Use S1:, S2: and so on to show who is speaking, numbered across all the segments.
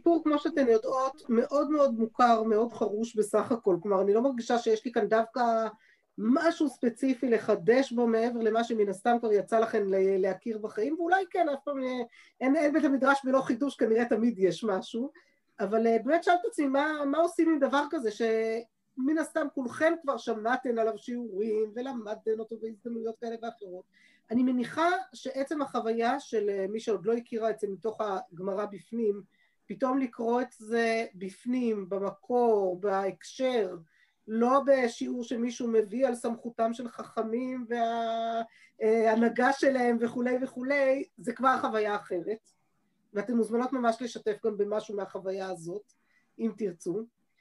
S1: הסיפור, כמו שאתן יודעות, מאוד מאוד מוכר, מאוד חרוש בסך הכל. כלומר, אני לא מרגישה שיש לי כאן דווקא משהו ספציפי לחדש בו מעבר למה שמן הסתם כבר יצא לכם להכיר בחיים, ואולי כן, אף פעם אין בית המדרש ולא חידוש, כנראה תמיד יש משהו, אבל באמת שאלת עצמי, מה עושים עם דבר כזה שמן הסתם כולכם כבר שמעתן עליו שיעורים ולמדתן אותו בהזדמנויות כאלה ואחרות. אני מניחה שעצם החוויה של מי שעוד לא הכירה את זה מתוך הגמרא בפנים, פתאום לקרוא את זה בפנים, במקור, בהקשר, לא בשיעור שמישהו מביא על סמכותם של חכמים וההנהגה שלהם וכולי וכולי, זה כבר חוויה אחרת, ואתן מוזמנות ממש לשתף גם במשהו מהחוויה הזאת, אם תרצו.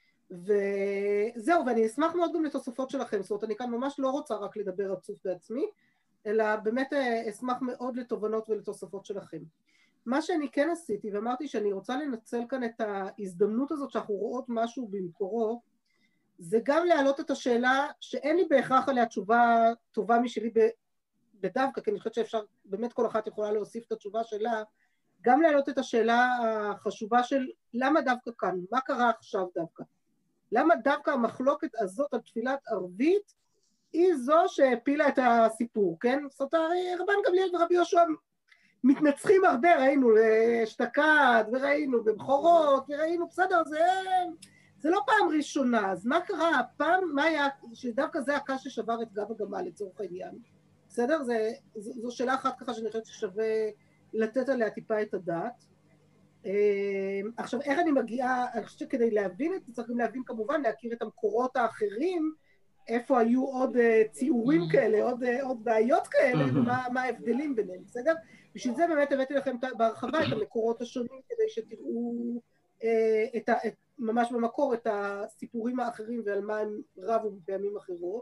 S1: וזהו, ואני אשמח מאוד גם לתוספות שלכם, זאת אומרת, אני כאן ממש לא רוצה רק לדבר רצוף בעצמי, אלא באמת אשמח מאוד לתובנות ולתוספות שלכם. מה שאני כן עשיתי, ואמרתי שאני רוצה לנצל כאן את ההזדמנות הזאת שאנחנו רואות משהו במקורו, זה גם להעלות את השאלה שאין לי בהכרח עליה תשובה טובה משלי בדווקא, כי אני חושבת שאפשר, באמת כל אחת יכולה להוסיף את התשובה שלה, גם להעלות את השאלה החשובה של למה דווקא כאן, מה קרה עכשיו דווקא? למה דווקא המחלוקת הזאת על תפילת ערבית היא זו שהפילה את הסיפור, כן? זאת אומרת, רבן גמליאל ורבי יהושע מתנצחים הרבה, ראינו אשתקד וראינו בבכורות וראינו, בסדר, זה לא פעם ראשונה, אז מה קרה? הפעם, מה היה, שדווקא זה הקש ששבר את גב הגמל לצורך העניין, בסדר? זו שאלה אחת ככה שאני חושבת ששווה לתת עליה טיפה את הדעת. עכשיו, איך אני מגיעה, אני חושבת שכדי להבין את זה, צריך גם להבין כמובן, להכיר את המקורות האחרים, איפה היו עוד ציורים כאלה, עוד בעיות כאלה, ומה ההבדלים ביניהם, בסדר? בשביל זה באמת הבאתי לכם בהרחבה את המקורות השונים, כדי שתראו ממש במקור את הסיפורים האחרים ועל מה הם רבו בפעמים אחרות,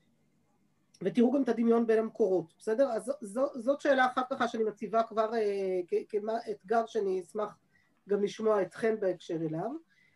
S1: ותראו גם את הדמיון בין המקורות, בסדר? אז זאת שאלה אחת ככה שאני מציבה כבר כאתגר שאני אשמח גם לשמוע אתכם בהקשר אליו.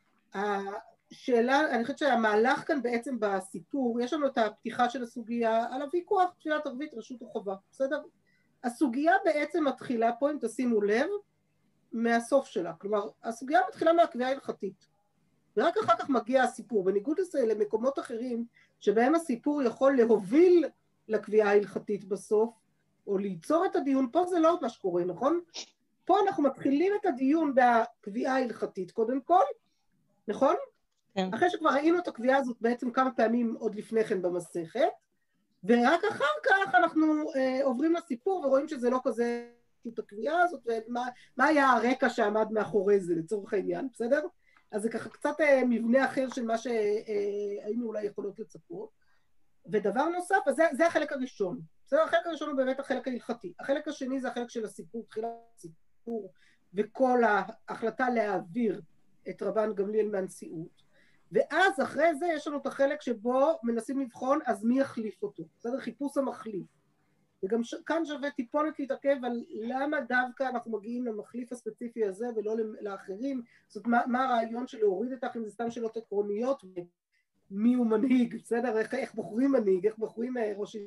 S1: השאלה, אני חושבת שהמהלך כאן בעצם בסיפור, יש לנו את הפתיחה של הסוגיה על הוויכוח, תפילת ערבית, רשות או חובה, בסדר? הסוגיה בעצם מתחילה פה, אם תשימו לב, מהסוף שלה, כלומר, הסוגיה מתחילה מהקביעה ההלכתית, ורק אחר כך מגיע הסיפור, בניגוד למקומות אחרים, שבהם הסיפור יכול להוביל לקביעה ההלכתית בסוף, או ליצור את הדיון, פה זה לא מה שקורה, נכון? פה אנחנו מתחילים את הדיון בקביעה ההלכתית, קודם כל, נכון? כן. אחרי שכבר ראינו את הקביעה הזאת בעצם כמה פעמים עוד לפני כן במסכת, ורק אחר כך אנחנו עוברים לסיפור ורואים שזה לא כזה את הקביעה הזאת, ומה היה הרקע שעמד מאחורי זה לצורך העניין, בסדר? אז זה ככה קצת מבנה אחר של מה שהיינו אולי יכולות לצפות. ודבר נוסף, אז זה החלק הראשון. בסדר? החלק הראשון הוא באמת החלק ההלכתי. החלק השני זה החלק של הסיפור, תחילת הסיפור, וכל ההחלטה להעביר את רבן גמליאל מהנשיאות. ואז אחרי זה יש לנו את החלק שבו מנסים לבחון, אז מי יחליף אותו? בסדר? חיפוש המחליף. וגם כאן שווה טיפונת להתעכב על למה דווקא אנחנו מגיעים למחליף הספציפי הזה ולא לאחרים. זאת אומרת, מה הרעיון של להוריד את האחרים, זה סתם שאלות עקרוניות, מי הוא מנהיג, בסדר? איך בוחרים מנהיג, איך בוחרים ראש...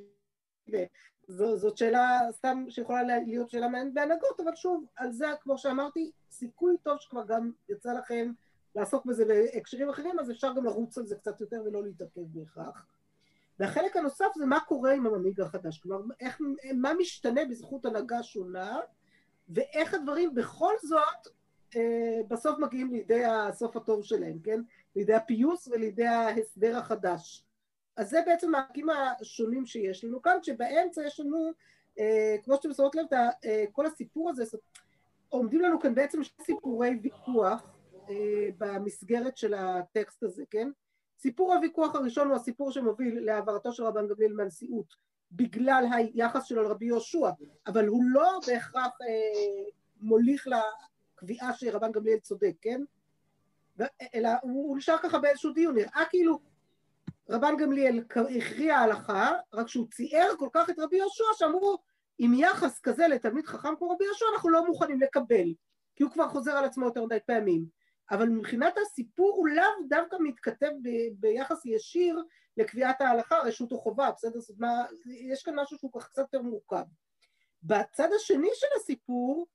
S1: זאת שאלה סתם שיכולה להיות שאלה בהנהגות, אבל שוב, על זה, כמו שאמרתי, סיכוי טוב שכבר גם יצא לכם לעסוק בזה בהקשרים אחרים, אז אפשר גם לרוץ על זה קצת יותר ולא להתעכב בהכרח. והחלק הנוסף זה מה קורה עם המנהיג החדש, כלומר, מה משתנה בזכות הנהגה שונה, ואיך הדברים בכל זאת בסוף מגיעים לידי הסוף הטוב שלהם, כן? לידי הפיוס ולידי ההסדר החדש. אז זה בעצם ההקים השונים שיש לנו כאן, שבאמצע יש לנו, כמו שאתם שומות לב, כל הסיפור הזה, עומדים לנו כאן בעצם שני סיפורי ויכוח במסגרת של הטקסט הזה, כן? סיפור הוויכוח הראשון הוא הסיפור שמוביל להעברתו של רבן גמליאל מהנשיאות, בגלל היחס שלו לרבי יהושע, אבל הוא לא בהכרח מוליך לקביעה שרבן גמליאל צודק, כן? אלא הוא נשאר ככה באיזשהו דיון, נראה כאילו רבן גמליאל הכריע ההלכה, רק שהוא צייר כל כך את רבי יהושע, שאמרו, עם יחס כזה לתלמיד חכם כמו רבי יהושע, אנחנו לא מוכנים לקבל, כי הוא כבר חוזר על עצמו יותר מדי פעמים. אבל מבחינת הסיפור הוא לאו דווקא מתכתב ביחס ישיר לקביעת ההלכה, רשות או חובה, בסדר? זאת אומרת, יש כאן משהו שהוא קצת יותר מורכב. בצד השני של הסיפור,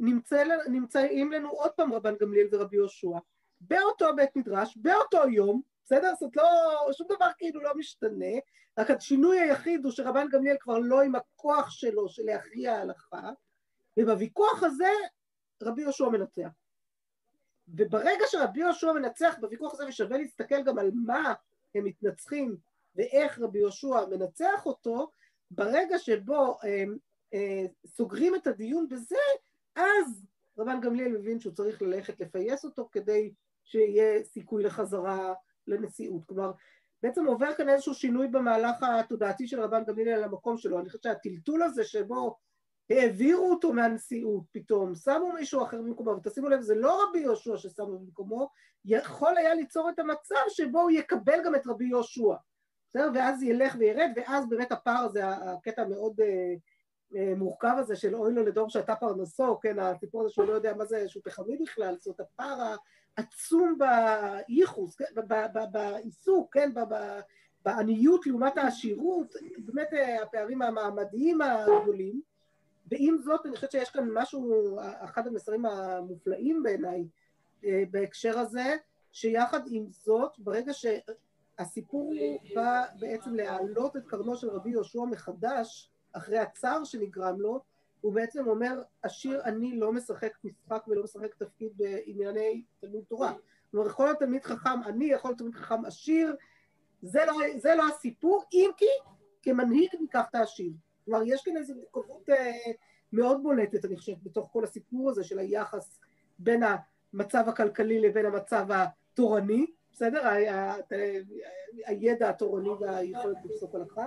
S1: נמצאים לנו עוד פעם רבן גמליאל ורבי יהושע, באותו בית מדרש, באותו יום, בסדר? זאת לא, שום דבר כאילו לא משתנה, רק השינוי היחיד הוא שרבן גמליאל כבר לא עם הכוח שלו של להכריע ההלכה, ובוויכוח הזה רבי יהושע מנצח. וברגע שרבי יהושע מנצח בוויכוח הזה, ושווה להסתכל גם על מה הם מתנצחים, ואיך רבי יהושע מנצח אותו, ברגע שבו סוגרים את הדיון בזה, אז רבן גמליאל מבין שהוא צריך ללכת לפייס אותו, כדי שיהיה סיכוי לחזרה לנשיאות. כלומר, בעצם עובר כאן איזשהו שינוי במהלך התודעתי של רבן גמליאל על המקום שלו. אני חושבת שהטלטול הזה שבו העבירו אותו מהנשיאות פתאום, שמו מישהו אחר במקומו, ותשימו לב, זה לא רבי יהושע ששמו במקומו, יכול היה ליצור את המצב שבו הוא יקבל גם את רבי יהושע. בסדר? ואז ילך וירד, ואז באמת הפער הזה, הקטע המאוד מורכב הזה של אוי לו לדור שאתה פרנסו, כן, הסיפור הזה שהוא לא יודע מה זה, שהוא פחמי בכלל, זאת הפער העצום בייחוס, בעיסוק, כן, בעניות לעומת העשירות, באמת הפערים המעמדיים הגדולים, ועם זאת אני חושבת שיש כאן משהו, אחד המסרים המופלאים בעיניי בהקשר הזה, שיחד עם זאת, ברגע שהסיפור בא בעצם להעלות את קרנו של רבי יהושע מחדש, אחרי הצער שנגרם לו, הוא בעצם אומר, עשיר אני לא משחק משחק ולא משחק תפקיד בענייני תלמוד תורה. כלומר, יכול להיות תלמיד חכם אני, יכול להיות תלמיד חכם עשיר, זה לא הסיפור, אם כי כמנהיג ניקח את העשיר. כלומר, יש כאן איזו מורכבות מאוד בולטת, אני חושבת, בתוך כל הסיפור הזה של היחס בין המצב הכלכלי לבין המצב התורני, בסדר? הידע התורני והיכולת לפסוק הלכה.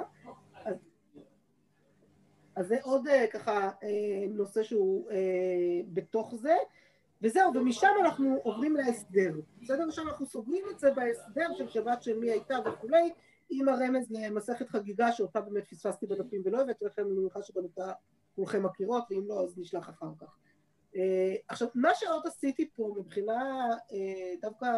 S1: אז זה עוד ככה נושא שהוא בתוך זה, וזהו, ומשם אנחנו עוברים להסדר. בסדר? משם אנחנו סוגרים את זה בהסדר של שבת של מי הייתה וכולי, עם הרמז למסכת חגיגה שאותה באמת פספסתי בדפים ולא הבאתי לכם, אני מניחה שגם אותה כולכם מכירות, ואם לא אז נשלח אחר כך. עכשיו, מה שעוד עשיתי פה מבחינה דווקא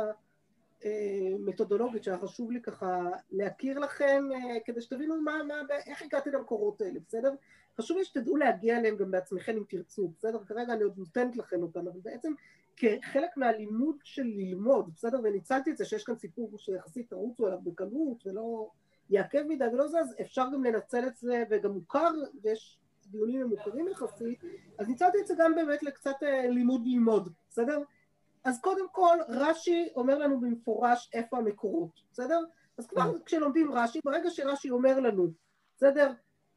S1: מתודולוגית שחשוב לי ככה להכיר לכם, כדי שתבינו איך הגעתי למקורות האלה, בסדר? חשוב לי שתדעו להגיע אליהם גם בעצמכם אם תרצו, בסדר? כרגע אני עוד נותנת לכם אותם, אבל בעצם כחלק מהלימוד של ללמוד, בסדר? וניצלתי את זה שיש כאן סיפור שיחסית תרוצו עליו בקלות ולא יעכב מדי ולא זה, אז אפשר גם לנצל את זה וגם מוכר, ויש דיונים ממוכרים יחסית, אז ניצלתי את זה גם באמת לקצת לימוד ללמוד, בסדר? אז קודם כל, רש"י אומר לנו במפורש איפה המקורות, בסדר? אז כבר כשלומדים רש"י, ברגע שרש"י אומר לנו, בסדר?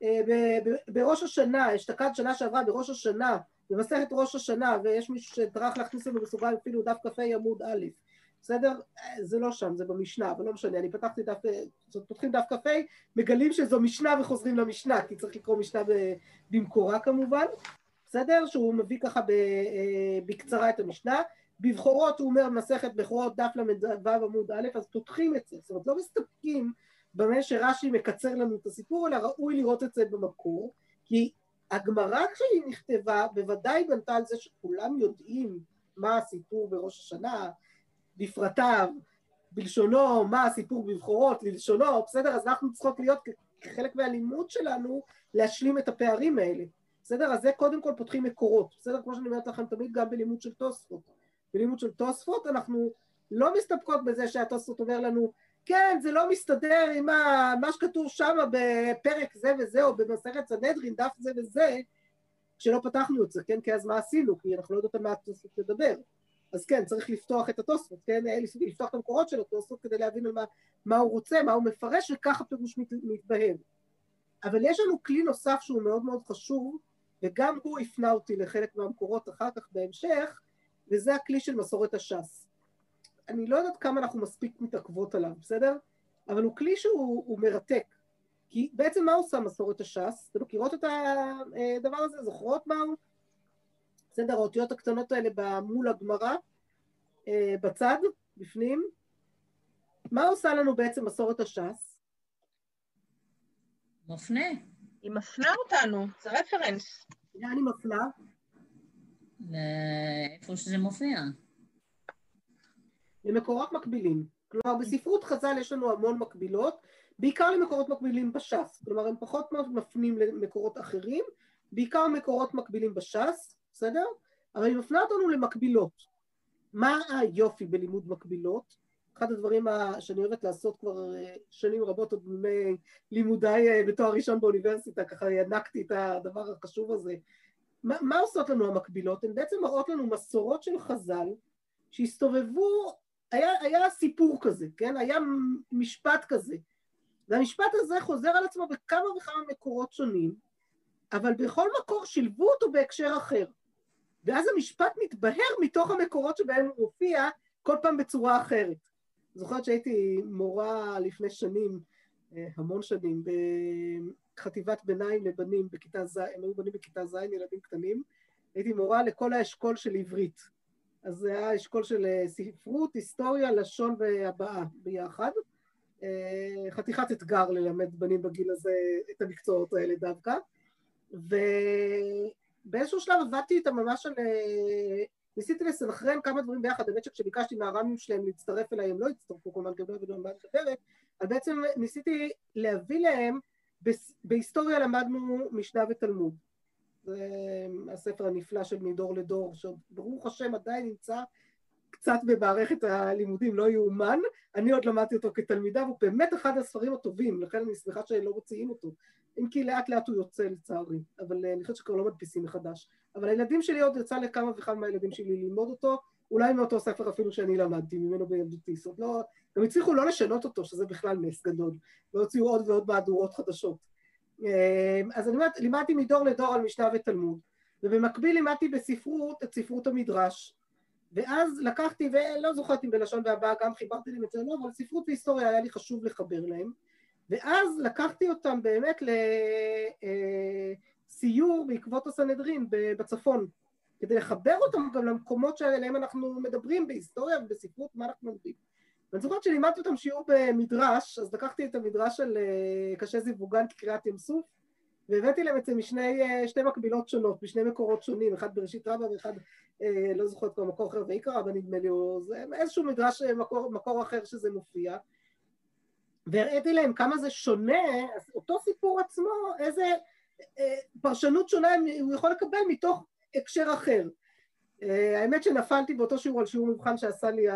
S1: בראש השנה, אשתקד שנה שעברה בראש השנה, במסכת ראש השנה, ויש מישהו שטרח להכניס לנו בסוגריים אפילו דף כ"ה עמוד א', בסדר? זה לא שם, זה במשנה, אבל לא משנה, אני פתחתי דף, פותחים דף כ"ה, מגלים שזו משנה וחוזרים למשנה, כי צריך לקרוא משנה במקורה כמובן, בסדר? שהוא מביא ככה בקצרה את המשנה, בבחורות הוא אומר מסכת בכורות דף ל"ו עמוד א', אז פותחים את זה, זאת אומרת לא מסתפקים במה שרש"י מקצר לנו את הסיפור, אלא ראוי לראות את זה במקור, כי הגמרא כשהיא נכתבה בוודאי בנתה על זה שכולם יודעים מה הסיפור בראש השנה, בפרטיו, בלשונו, מה הסיפור בבחורות, ללשונו, בסדר? אז אנחנו צריכות להיות כחלק מהלימוד שלנו להשלים את הפערים האלה, בסדר? אז זה קודם כל פותחים מקורות, בסדר? כמו שאני אומרת לכם תמיד גם בלימוד של תוספות. בלימוד של תוספות אנחנו לא מסתפקות בזה שהתוספות אומר לנו, כן, זה לא מסתדר עם מה שכתוב שם בפרק זה וזה, או במסכת סנהדרין, דף זה וזה, כשלא פתחנו את זה, כן? כי אז מה עשינו? כי אנחנו לא יודעות על מה התוספות לדבר. אז כן, צריך לפתוח את התוספות, כן? לפתוח את המקורות של התוספות כדי להבין על מה הוא רוצה, מה הוא מפרש, וככה פירוש מתבהר. אבל יש לנו כלי נוסף שהוא מאוד מאוד חשוב, וגם הוא הפנה אותי לחלק מהמקורות אחר כך בהמשך, וזה הכלי של מסורת הש"ס. אני לא יודעת כמה אנחנו מספיק מתעכבות עליו, בסדר? אבל הוא כלי שהוא מרתק. כי בעצם מה עושה מסורת הש"ס? אתם מכירות את הדבר הזה? זוכרות מהו? בסדר, האותיות הקטנות האלה מול הגמרא, בצד, בפנים. מה עושה לנו בעצם מסורת הש"ס?
S2: מפנה.
S3: היא מפנה אותנו, זה רפרנס.
S1: לאן היא מפנה?
S2: לאיפה שזה מופיע.
S1: למקורות מקבילים. כלומר, בספרות חז"ל יש לנו המון מקבילות, בעיקר למקורות מקבילים בש"ס. כלומר, הם פחות מפנים למקורות אחרים, בעיקר מקורות מקבילים בש"ס, בסדר? אבל היא מפנה אותנו למקבילות. מה היופי בלימוד מקבילות? אחד הדברים שאני אוהבת לעשות כבר שנים רבות, עוד מימי לימודיי בתואר ראשון באוניברסיטה, ככה ינקתי את הדבר החשוב הזה. מה עושות לנו המקבילות? הן בעצם מראות לנו מסורות של חז"ל, שהסתובבו, היה סיפור כזה, כן? היה משפט כזה. והמשפט הזה חוזר על עצמו בכמה וכמה מקורות שונים, אבל בכל מקור שילבו אותו בהקשר אחר. ואז המשפט מתבהר מתוך המקורות שבהם הוא מופיע כל פעם בצורה אחרת. זוכרת שהייתי מורה לפני שנים, המון שנים, בחטיבת ביניים לבנים בכיתה ז', הם היו בנים בכיתה ז', ילדים קטנים, הייתי מורה לכל האשכול של עברית. אז זה היה אשכול של ספרות, היסטוריה, לשון והבעה ביחד. חתיכת אתגר ללמד בנים בגיל הזה את המקצועות האלה דווקא. ובאיזשהו שלב עבדתי איתם ממש על... ניסיתי לסנכרן כמה דברים ביחד, באמת שכשביקשתי מהר"מים שלהם להצטרף אליי, הם לא הצטרפו, כלומר, גם לא ידעו על מה לדברת, אבל בעצם ניסיתי להביא להם, בהיסטוריה למדנו משנה ותלמוד. זה הספר הנפלא של מדור לדור, שברוך השם עדיין נמצא קצת במערכת הלימודים, לא יאומן. אני עוד למדתי אותו כתלמידה, והוא באמת אחד הספרים הטובים, לכן אני שמחה שלא מוציאים אותו. אם כי לאט לאט הוא יוצא לצערי, אבל אני חושבת שכבר לא מדפיסים מחדש. אבל הילדים שלי עוד יצא לכמה וכמה מהילדים שלי ללמוד אותו, אולי מאותו ספר אפילו שאני למדתי ממנו בילדותי. זאת לא, גם הצליחו לא לשנות אותו, שזה בכלל נס גדול. לא הוציאו עוד ועוד מהדורות חדשות. אז אני אומרת, לימדתי מדור לדור על משנה ותלמוד, ובמקביל לימדתי בספרות את ספרות המדרש, ואז לקחתי, ולא זוכרתי בלשון והבאה, גם חיברתי להם את זה, לא, אבל ספרות והיסטוריה היה לי חשוב לחבר להם, ואז לקחתי אותם באמת לסיור בעקבות הסנהדרין בצפון, כדי לחבר אותם גם למקומות שעליהם אנחנו מדברים בהיסטוריה ובספרות, מה אנחנו מדברים. ואני זוכרת שלימדתי אותם שיעור במדרש, אז לקחתי את המדרש של קשה זיווגן כקריאת ים סוף, והבאתי להם את זה משתי מקבילות שונות, משני מקורות שונים, אחד בראשית רבה ואחד, לא זוכרת כבר מקור אחר ויקרא רבה נדמה לי, או זה איזשהו מדרש מקור אחר שזה מופיע, והראיתי להם כמה זה שונה, אז אותו סיפור עצמו, איזה פרשנות שונה הוא יכול לקבל מתוך הקשר אחר. האמת שנפלתי באותו שיעור על שיעור מבחן שעשה לי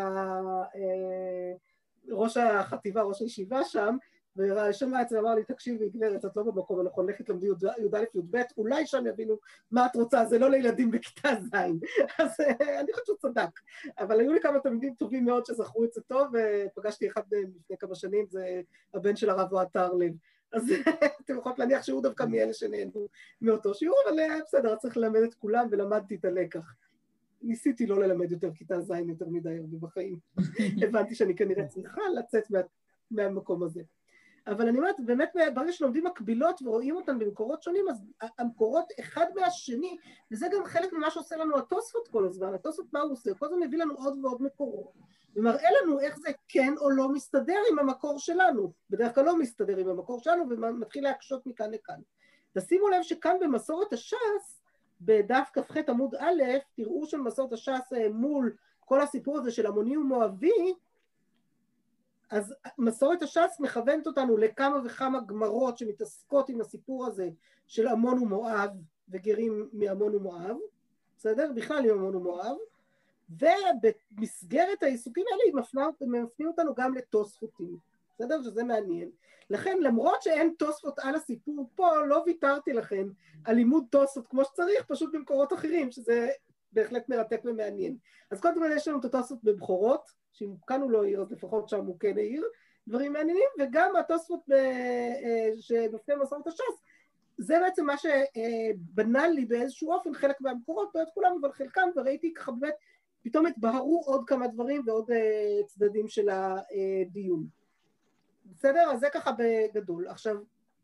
S1: ראש החטיבה, ראש הישיבה שם, ושמע את זה אמר לי, תקשיבי גברת, את לא במקום, אנחנו הולכת למדי י"א י"ב, אולי שם יבינו מה את רוצה, זה לא לילדים בכיתה ז', אז אני חושבת שהוא צדק, אבל היו לי כמה תלמידים טובים מאוד שזכרו את זה טוב, ופגשתי אחד מהם לפני כמה שנים, זה הבן של הרב אוהד טהרלב, אז אתם יכולות להניח שהוא דווקא מאלה שנהנו מאותו שיעור, אבל בסדר, צריך ללמד את כולם, ולמדתי את הלקח. ניסיתי לא ללמד יותר כיתה ז' יותר מדי הרבה בחיים, הבנתי שאני כנראה צריכה לצאת מהמקום הזה. אבל אני אומרת, באמת ברגע שלומדים מקבילות ורואים אותן במקורות שונים, אז המקורות אחד מהשני, וזה גם חלק ממה שעושה לנו התוספות כל הזמן, התוספות מה הוא עושה, כל הזמן מביא לנו עוד ועוד מקורות, ומראה לנו איך זה כן או לא מסתדר עם המקור שלנו, בדרך כלל לא מסתדר עם המקור שלנו, ומתחיל להקשות מכאן לכאן. תשימו לב שכאן במסורת הש"ס, בדף כ"ח עמוד א', תראו שמסורת הש"ס מול כל הסיפור הזה של עמוני ומואבי, אז מסורת הש"ס מכוונת אותנו לכמה וכמה גמרות שמתעסקות עם הסיפור הזה של עמון ומואב וגרים מעמון ומואב, בסדר? בכלל עם עמון ומואב, ובמסגרת העיסוקים האלה הם מפנים אותנו גם לתוספותים, בסדר? שזה מעניין. לכן למרות שאין תוספות על הסיפור פה, לא ויתרתי לכם על לימוד תוספות כמו שצריך, פשוט במקורות אחרים, שזה בהחלט מרתק ומעניין. אז קודם כל יש לנו את התוספות בבכורות, שאם כאן הוא לא העיר, אז לפחות שם הוא כן העיר, דברים מעניינים, וגם התוספות שנופני מסורת הש"ס, זה בעצם מה שבנה לי באיזשהו אופן חלק מהמקורות, לא את כולם, אבל חלקם, וראיתי ככה באמת, פתאום התבהרו עוד כמה דברים ועוד צדדים של הדיון. בסדר? אז זה ככה בגדול. עכשיו,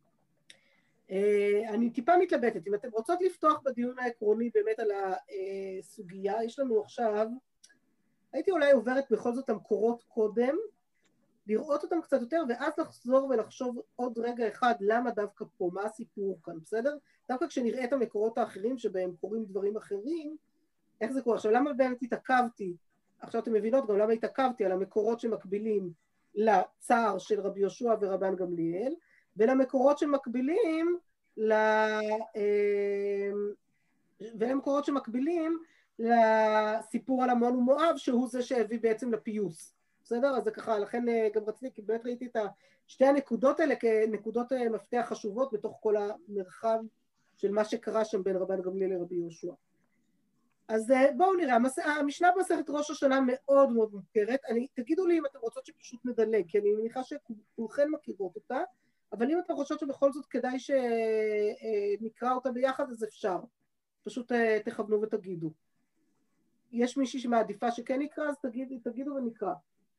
S1: אני טיפה מתלבטת, אם אתם רוצות לפתוח בדיון העקרוני באמת על הסוגיה, יש לנו עכשיו, הייתי אולי עוברת בכל זאת המקורות קודם, לראות אותם קצת יותר, ואז לחזור ולחשוב עוד רגע אחד, למה דווקא פה, מה הסיפור כאן, בסדר? דווקא כשנראה את המקורות האחרים שבהם קוראים דברים אחרים, איך זה קורה? עכשיו, למה באמת התעכבתי, עכשיו אתם מבינות גם למה התעכבתי על המקורות שמקבילים לצער של רבי יהושע ורבן גמליאל, ולמקורות שמקבילים לסיפור על עמון ומואב, שהוא זה שהביא בעצם לפיוס. בסדר? אז זה ככה, לכן גם רציתי, כי באמת ראיתי את שתי הנקודות האלה כנקודות מפתח חשובות בתוך כל המרחב של מה שקרה שם בין רבן גמליאל לרבי יהושע. אז בואו נראה, המשנה במסכת ראש השנה מאוד מאוד מוכרת, תגידו לי אם אתם רוצות שפשוט נדלג, כי אני מניחה שכולכן מכירות אותה, אבל אם אתם חושבות שבכל זאת כדאי שנקרא אותה ביחד, אז אפשר. פשוט תכוונו ותגידו. יש מישהי שמעדיפה שכן נקרא, אז תגידו ונקרא.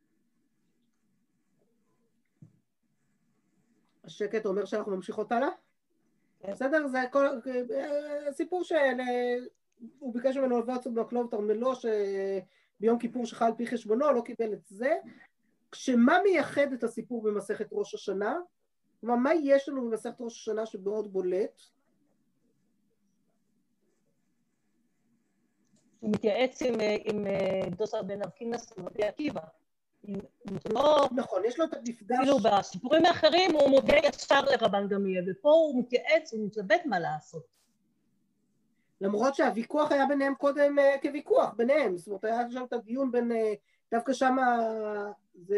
S1: השקט אומר שאנחנו ממשיכות הלאה? בסדר? זה סיפור שהוא ביקש ממנו לבוא עצות במקלוב תרמלו, שביום כיפור שחל על פי חשבונו, לא קיבל את זה. כשמה מייחד את הסיפור במסכת ראש השנה? כלומר, מה יש לנו במסכת ראש השנה שמאוד בולט?
S2: הוא מתייעץ עם דוסא בן ארקינס ורבי עקיבא. לא,
S1: נכון, יש לו את המפגש.
S2: כאילו בסיפורים האחרים הוא מודה ישר לרבן גמליאל, ופה הוא מתייעץ, הוא מתלבט מה לעשות.
S1: למרות שהוויכוח היה ביניהם קודם כוויכוח ביניהם, זאת אומרת, היה שם את הדיון בין, דווקא שם זה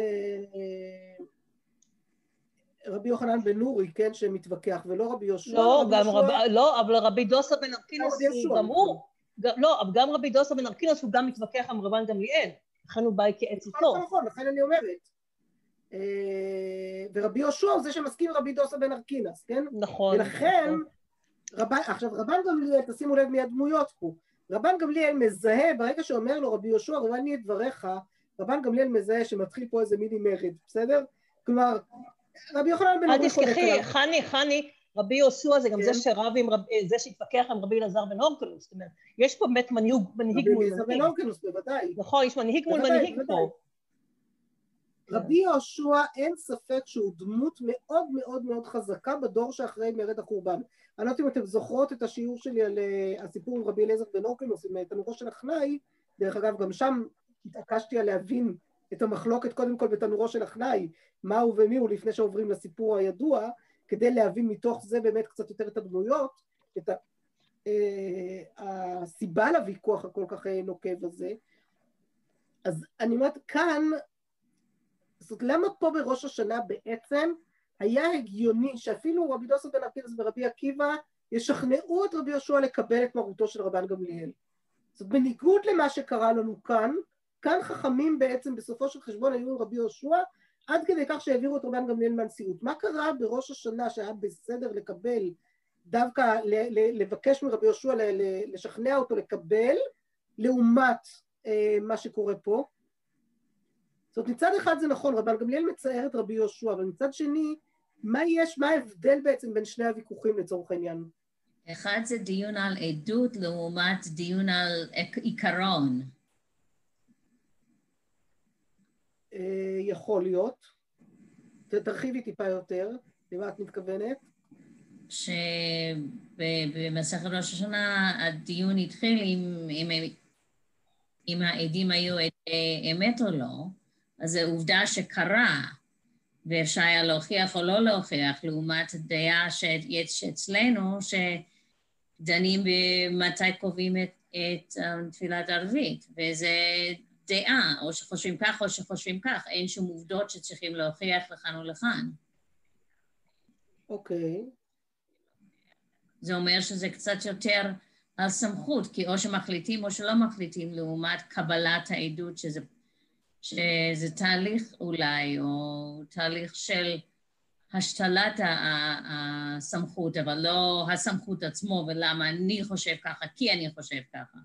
S1: רבי יוחנן בן נורי, כן, שמתווכח, ולא רבי יהושע.
S2: לא, אבל רבי דוסא בן ארקינס הוא גם הוא. לא, אבל גם רבי דוסא בן ארקינס הוא גם מתווכח עם רבן גמליאל, לכן הוא בא להתייעץ איתו.
S1: נכון, לכן אני אומרת. ורבי יהושע הוא זה שמסכים רבי דוסא בן ארקינס, כן?
S2: נכון.
S1: ולכן, עכשיו רבן גמליאל, תשימו לב מי הדמויות פה, רבן גמליאל מזהה, ברגע שאומר לו רבי יהושע, רבן לי את דבריך, רבן גמליאל מזהה שמתחיל פה איזה מיני מרד, בסדר? כלומר, רבי יוחנן בן נורי חולק עליו.
S2: חני, רבי יהושע זה גם זה שרב עם זה שהתווכח עם רבי אלעזר בן הורקנוס, זאת אומרת, יש פה באמת מנהיג מול מנהיג.
S1: רבי אלעזר בן הורקנוס, בוודאי.
S2: נכון, יש מנהיג מול מנהיג פה.
S1: רבי יהושע אין ספק שהוא דמות מאוד מאוד מאוד חזקה בדור שאחרי מרד החורבן. אני לא יודעת אם אתם זוכרות את השיעור שלי על הסיפור עם רבי אלעזר בן הורקנוס, עם תנורו של אחנאי, דרך אגב גם שם התעקשתי על להבין את המחלוקת קודם כל בתנורו של אחנאי, מה הוא ומי הוא לפני שעוברים לסיפור הידוע, כדי להבין מתוך זה באמת קצת יותר את הדמויות, את הסיבה לוויכוח הכל כך נוקב הזה. אז אני אומרת כאן, זאת למה פה בראש השנה בעצם היה הגיוני שאפילו רבי דוסא בן ארקינס ורבי עקיבא ישכנעו את רבי יהושע לקבל את מרותו של רבן גמליאל. זאת בניגוד למה שקרה לנו כאן חכמים בעצם בסופו של חשבון היו עם רבי יהושע, עד כדי כך שהעבירו את רבן גמליאל מהנשיאות. מה קרה בראש השנה שהיה בסדר לקבל, דווקא לבקש מרבי יהושע לשכנע אותו לקבל, לעומת מה שקורה פה? זאת אומרת, מצד אחד זה נכון, רבן גמליאל מצער את רבי יהושע, אבל מצד שני, מה ההבדל בעצם בין שני הוויכוחים לצורך העניין?
S4: אחד זה דיון על עדות לעומת דיון על עיקרון.
S1: יכול להיות. תרחיבי טיפה יותר, למה את מתכוונת?
S4: שבמסכת ראש השנה הדיון התחיל אם העדים היו אמת או לא, אז זו עובדה שקרה, ואפשר היה להוכיח או לא להוכיח, לעומת דעה שיש אצלנו, שדנים במתי קובעים את תפילת ערבית, וזה דעה, או שחושבים כך או שחושבים כך, אין שום עובדות שצריכים להוכיח לכאן או לכאן.
S1: אוקיי.
S4: זה אומר שזה קצת יותר על סמכות, כי או שמחליטים או שלא מחליטים, לעומת קבלת העדות, שזה תהליך אולי, או תהליך של השתלת הסמכות, אבל לא הסמכות עצמו, ולמה אני חושב ככה, כי אני חושב ככה.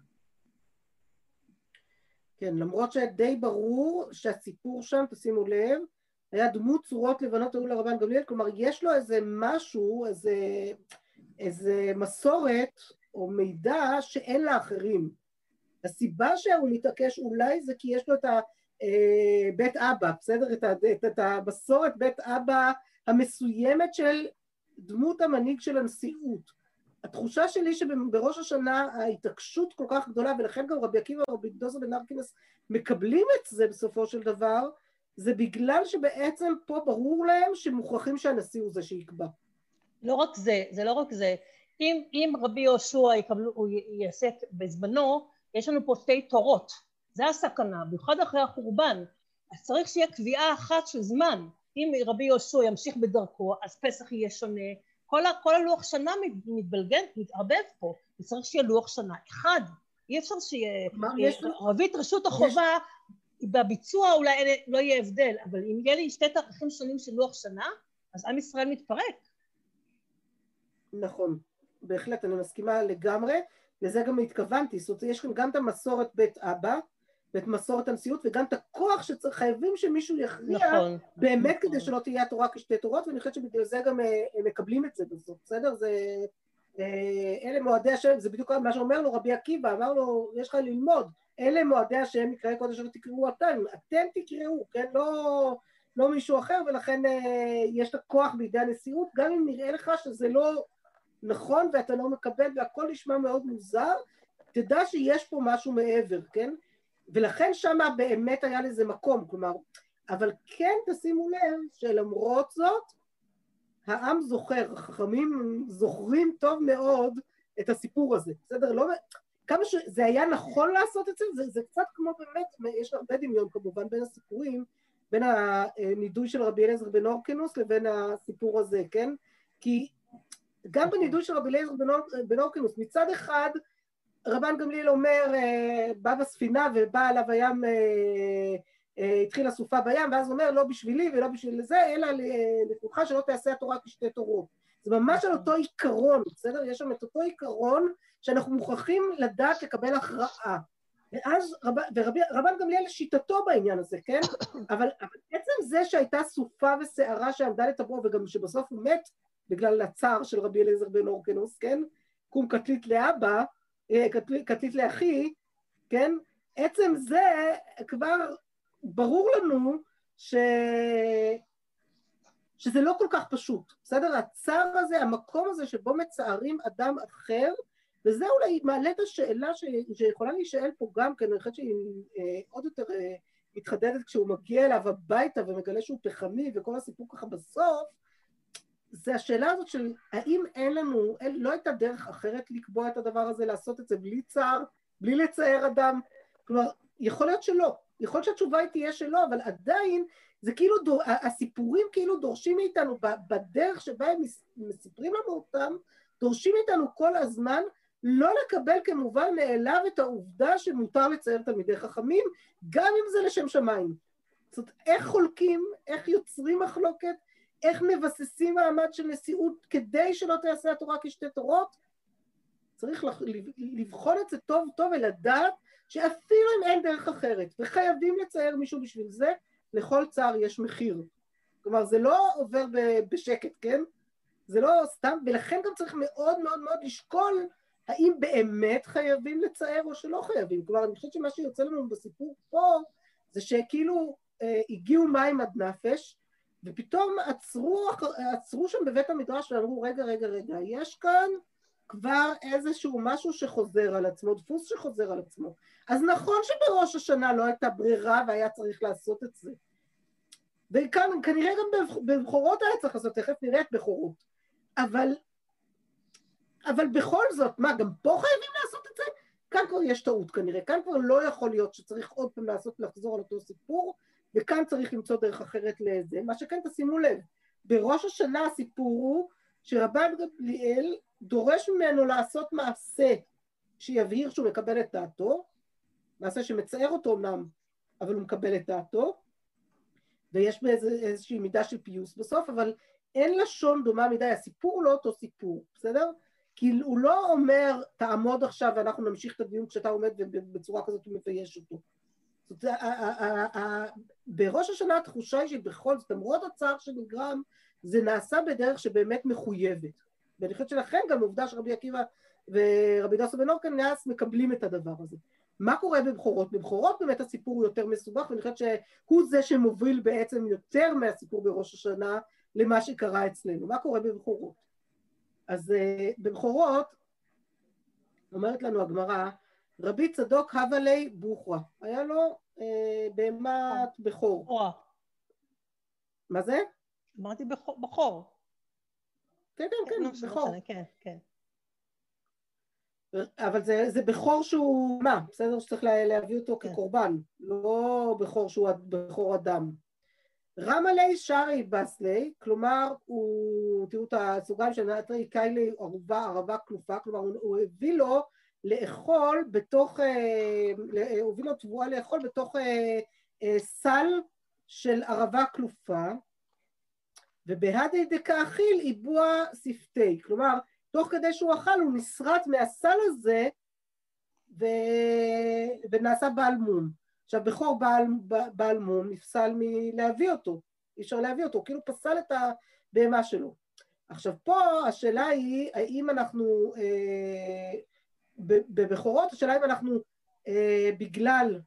S1: כן, למרות שדי ברור שהסיפור שם, תשימו לב, היה דמות צורות לבנות היו לרבן גמליאל, כלומר יש לו איזה משהו, איזה מסורת או מידע שאין לאחרים. הסיבה שהוא מתעקש אולי זה כי יש לו את בית אבא, בסדר? את המסורת בית אבא המסוימת של דמות המנהיג של הנשיאות. התחושה שלי שבראש השנה ההתעקשות כל כך גדולה, ולכן גם רבי עקיבא ורבי דוסא בן ארקינס מקבלים את זה בסופו של דבר, זה בגלל שבעצם פה ברור להם שמוכרחים שהנשיא הוא זה שיקבע.
S2: לא רק זה, זה לא רק זה. אם רבי יהושע הוא יעשה בזמנו, יש לנו פה שתי תורות, זה הסכנה, במיוחד אחרי החורבן, אז צריך שיהיה קביעה אחת של זמן, אם רבי יהושע ימשיך בדרכו, אז פסח יהיה שונה, כל הלוח שנה מתבלגן, מתערבב פה, וצריך שיהיה לוח שנה אחד, אי אפשר שיהיה, רבית רשות החובה, בביצוע אולי לא יהיה הבדל, אבל אם יהיה לי שתי תאריכים שונים של לוח שנה, אז עם ישראל מתפרק.
S1: נכון, בהחלט, אני מסכימה לגמרי, לזה גם התכוונתי, זאת אומרת, יש כאן גם את המסורת בית אבא, ואת מסורת הנשיאות, וגם את הכוח שחייבים שמישהו יכריע,
S2: נכון,
S1: באמת
S2: נכון.
S1: כדי שלא תהיה התורה כשתי תורות, ואני חושבת שבגלל זה גם מקבלים את זה בסוף, בסדר? זה, אלה מועדי השם, זה בדיוק מה שאומר לו רבי עקיבא, אמר לו, יש לך ללמוד, אלה מועדי השם, מקראי קודש ותקראו אתם תקראו, כן? לא מישהו אחר, ולכן יש את הכוח בידי הנשיאות, גם אם נראה לך שזה לא נכון, ואתה לא מקבל, והכל נשמע מאוד מוזר, תדע שיש פה משהו מעבר, כן? ולכן שמה באמת היה לזה מקום, כלומר, אבל כן תשימו לב שלמרות זאת, העם זוכר, החכמים זוכרים טוב מאוד את הסיפור הזה, בסדר? לא, כמה שזה היה נכון לעשות את זה, זה קצת כמו באמת, יש הרבה דמיון כמובן בין הסיפורים, בין הנידוי של רבי אליעזר בן הורקנוס לבין הסיפור הזה, כן? כי גם בנידוי של רבי אליעזר בן הורקנוס, מצד אחד, רבן גמליאל אומר, בא בספינה ובא עליו הים, התחיל הסופה בים, ואז הוא אומר, לא בשבילי ולא בשביל זה, אלא לכולך שלא תעשה התורה כשתי תורות. זה ממש על אותו עיקרון, בסדר? יש שם את אותו עיקרון שאנחנו מוכרחים לדעת לקבל הכרעה. ואז רבן גמליאל שיטתו בעניין הזה, כן? אבל בעצם זה שהייתה סופה ושערה שעמדה לטבעו, וגם שבסוף הוא מת בגלל הצער של רבי אליעזר בן הורקנוס, כן? קום קטלית לאבא, קטלית לאחי, כן? עצם זה כבר ברור לנו שזה לא כל כך פשוט, בסדר? הצער הזה, המקום הזה שבו מצערים אדם אחר, וזה אולי מעלה את השאלה שיכולה להישאל פה גם, כי אני חושבת שהיא עוד יותר מתחדדת כשהוא מגיע אליו הביתה ומגלה שהוא פחמי וכל הסיפור ככה בסוף, זה השאלה הזאת של האם אין לנו, לא הייתה דרך אחרת לקבוע את הדבר הזה, לעשות את זה בלי צער, בלי לצייר אדם, כלומר, יכול להיות שלא, יכול להיות שהתשובה היא תהיה שלא, אבל עדיין זה כאילו, הסיפורים כאילו דורשים מאיתנו, בדרך שבה הם מספרים לנו אותם, דורשים מאיתנו כל הזמן, לא לקבל כמובן מאליו את העובדה שמותר לצייר תלמידי חכמים, גם אם זה לשם שמיים. זאת אומרת, איך חולקים, איך יוצרים מחלוקת, איך מבססים מעמד של נשיאות כדי שלא תעשה התורה כשתי תורות? צריך לבחון את זה טוב טוב ולדעת שאפילו אם אין דרך אחרת, וחייבים לצייר מישהו בשביל זה, לכל צער יש מחיר. כלומר, זה לא עובר בשקט, כן? זה לא סתם, ולכן גם צריך מאוד מאוד מאוד לשקול האם באמת חייבים לצייר או שלא חייבים. כלומר, אני חושבת שמה שיוצא לנו בסיפור פה, זה שכאילו הגיעו מים עד נפש, ופתאום עצרו שם בבית המדרש ואמרו, רגע, יש כאן כבר איזשהו משהו שחוזר על עצמו, דפוס שחוזר על עצמו. אז נכון שבראש השנה לא הייתה ברירה והיה צריך לעשות את זה. וכאן, כנראה גם בבחורות היה צריך לעשות, תכף נראה את בחורות. אבל בכל זאת, מה, גם פה חייבים לעשות את זה? כאן כבר יש טעות כנראה, כאן כבר לא יכול להיות שצריך עוד פעם לחזור על אותו סיפור, וכאן צריך למצוא דרך אחרת לזה. מה שכן תשימו לב, בראש השנה הסיפור הוא שרבן גמליאל דורש ממנו לעשות מעשה שיבהיר שהוא מקבל את דעתו, מעשה שמצער אותו אומנם, אבל הוא מקבל את דעתו, ויש באיזושהי מידה של פיוס בסוף, אבל אין לשון דומה מדי, הסיפור הוא לא אותו סיפור, בסדר? כי הוא לא אומר, תעמוד עכשיו ואנחנו נמשיך את הדיון כשאתה עומד ובצורה כזאת הוא מבייש אותו. זאת אומרת, בראש השנה התחושה היא שבכל זאת, למרות הצער שנגרם, זה נעשה בדרך שבאמת מחויבת. ואני חושבת שלכן גם עובדה שרבי עקיבא ורבי דוסא בן הורקנוס מקבלים את הדבר הזה. מה קורה בבחורות? בבחורות באמת הסיפור הוא יותר מסובך, ואני חושבת שהוא זה שמוביל בעצם יותר מהסיפור בראש השנה למה שקרה אצלנו. מה קורה בבחורות? אז בבחורות, אומרת לנו הגמרא, רבי צדוק הווה לי בוכרה, היה לו בהמת בכור. מה זה?
S2: אמרתי בכור.
S1: כן, בכור.
S2: כן.
S1: אבל זה בכור שהוא, מה, בסדר שצריך להביא אותו כקורבן, לא בכור שהוא בכור אדם. רמה לי שרי בסלי, כלומר, תראו את הסוגריים של נתרי קיילי ערבה כלופה, כלומר, הוא הביא לו לאכול בתוך, הוא הביא לו תבואה לאכול בתוך סל של ערבה כלופה, ובהדי דקה אכיל איבוע שפתי, כלומר, תוך כדי שהוא אכל הוא נשרט מהסל הזה ונעשה בעל מום. עכשיו בכור בעל מום נפסל מלהביא אותו, אי אפשר להביא אותו, כאילו פסל את הבהמה שלו. עכשיו פה השאלה היא האם אנחנו, בבכורות השאלה אם אנחנו בגלל,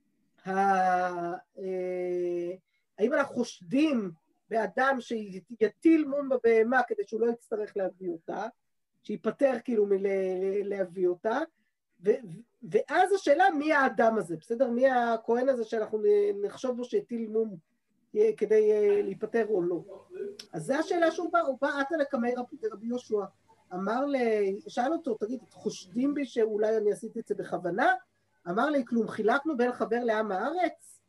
S1: האם אנחנו חושדים באדם שיטיל מום בבהמה כדי שהוא לא יצטרך להביא אותה, שיפטר כאילו מלהביא אותה, ואז השאלה מי האדם הזה, בסדר? מי הכהן הזה שאנחנו נחשוב בו שהטיל מום כדי להיפטר או לא. אז זו השאלה שהוא בא, הוא בא עתה לקמי רבי יהושע, אמר לי, שאל אותו, תגיד, חושדים בי שאולי אני עשיתי את זה בכוונה? אמר לי, כלום, חילקנו בין חבר לעם הארץ?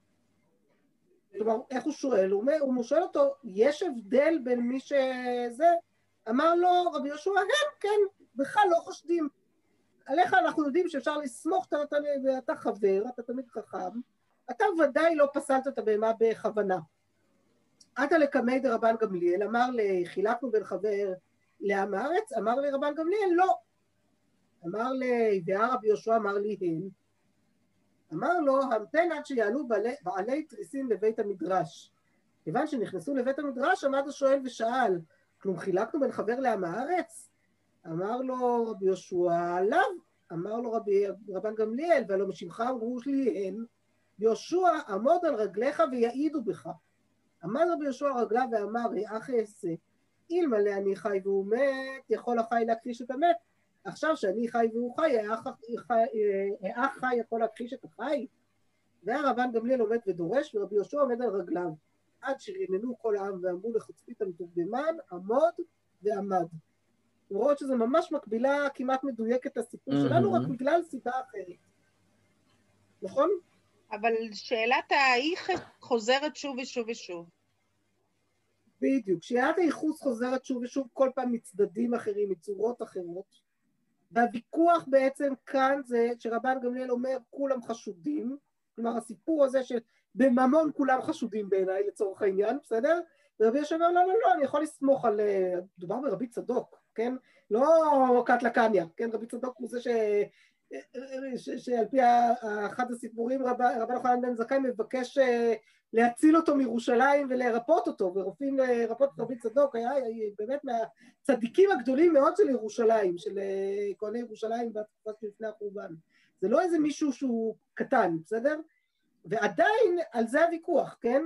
S1: כלומר, איך הוא שואל? הוא שואל אותו, יש הבדל בין מי שזה? אמר לו רבי יהושע, כן, בכלל לא חושדים. עליך אנחנו יודעים שאפשר לסמוך, אתה חבר, אתה תמיד חכם, אתה ודאי לא פסלת את הבהמה בכוונה. עתה לקמי דרבן גמליאל, אמר לי, חילקנו בין חבר לעם הארץ, אמר לי רבן גמליאל, לא. אמר לי, רבי יהושע אמר לי, הן. אמר לו, המתן עד שיעלו בעלי תריסים לבית המדרש. כיוון שנכנסו לבית המדרש, עמד השואל ושאל, כלום חילקנו בין חבר לעם הארץ? אמר לו רבי יהושע, לאו. אמר לו רבן גמליאל, והלא משמך אמרו לי הן, יהושע עמוד על רגליך ויעידו בך. עמד רבי יהושע על רגליו ואמר, אחי אעשה, אלמלא אני חי והוא מת, יכול החי להכחיש את המת. עכשיו שאני חי והוא חי, האח חי יכול להכחיש את החי? והרבן גמליאל עומד ודורש, ורבי יהושע עומד על רגליו. עד שרננו כל העם ואמרו לחוצפית המתורגמן, עמוד ועמד. לראות שזה ממש מקבילה כמעט מדויקת לסיפור שלנו, רק בגלל סיבה אחרת. נכון?
S3: אבל שאלת האיכס חוזרת שוב ושוב ושוב.
S1: בדיוק. שאלת הייחוס חוזרת שוב ושוב, כל פעם מצדדים אחרים, מצורות אחרות. והוויכוח בעצם כאן זה שרבן גמליאל אומר, כולם חשודים. כלומר, הסיפור הזה שבממון כולם חשודים בעיניי לצורך העניין, בסדר? ורבי יהושע אומר, לא, אני יכול לסמוך על, מדובר ברבי צדוק, כן? לא קטלה קניה, כן? רבי צדוק הוא זה שעל פי אחד הסיפורים רבן יוחנן בן זכאי מבקש להציל אותו מירושלים ולרפות אותו, ורופאים לרפות את רבי צדוק, היה באמת מהצדיקים הגדולים מאוד של ירושלים, של כהני ירושלים בתקופה שלפני החורבן. זה לא איזה מישהו שהוא קטן, בסדר? ועדיין על זה הוויכוח, כן?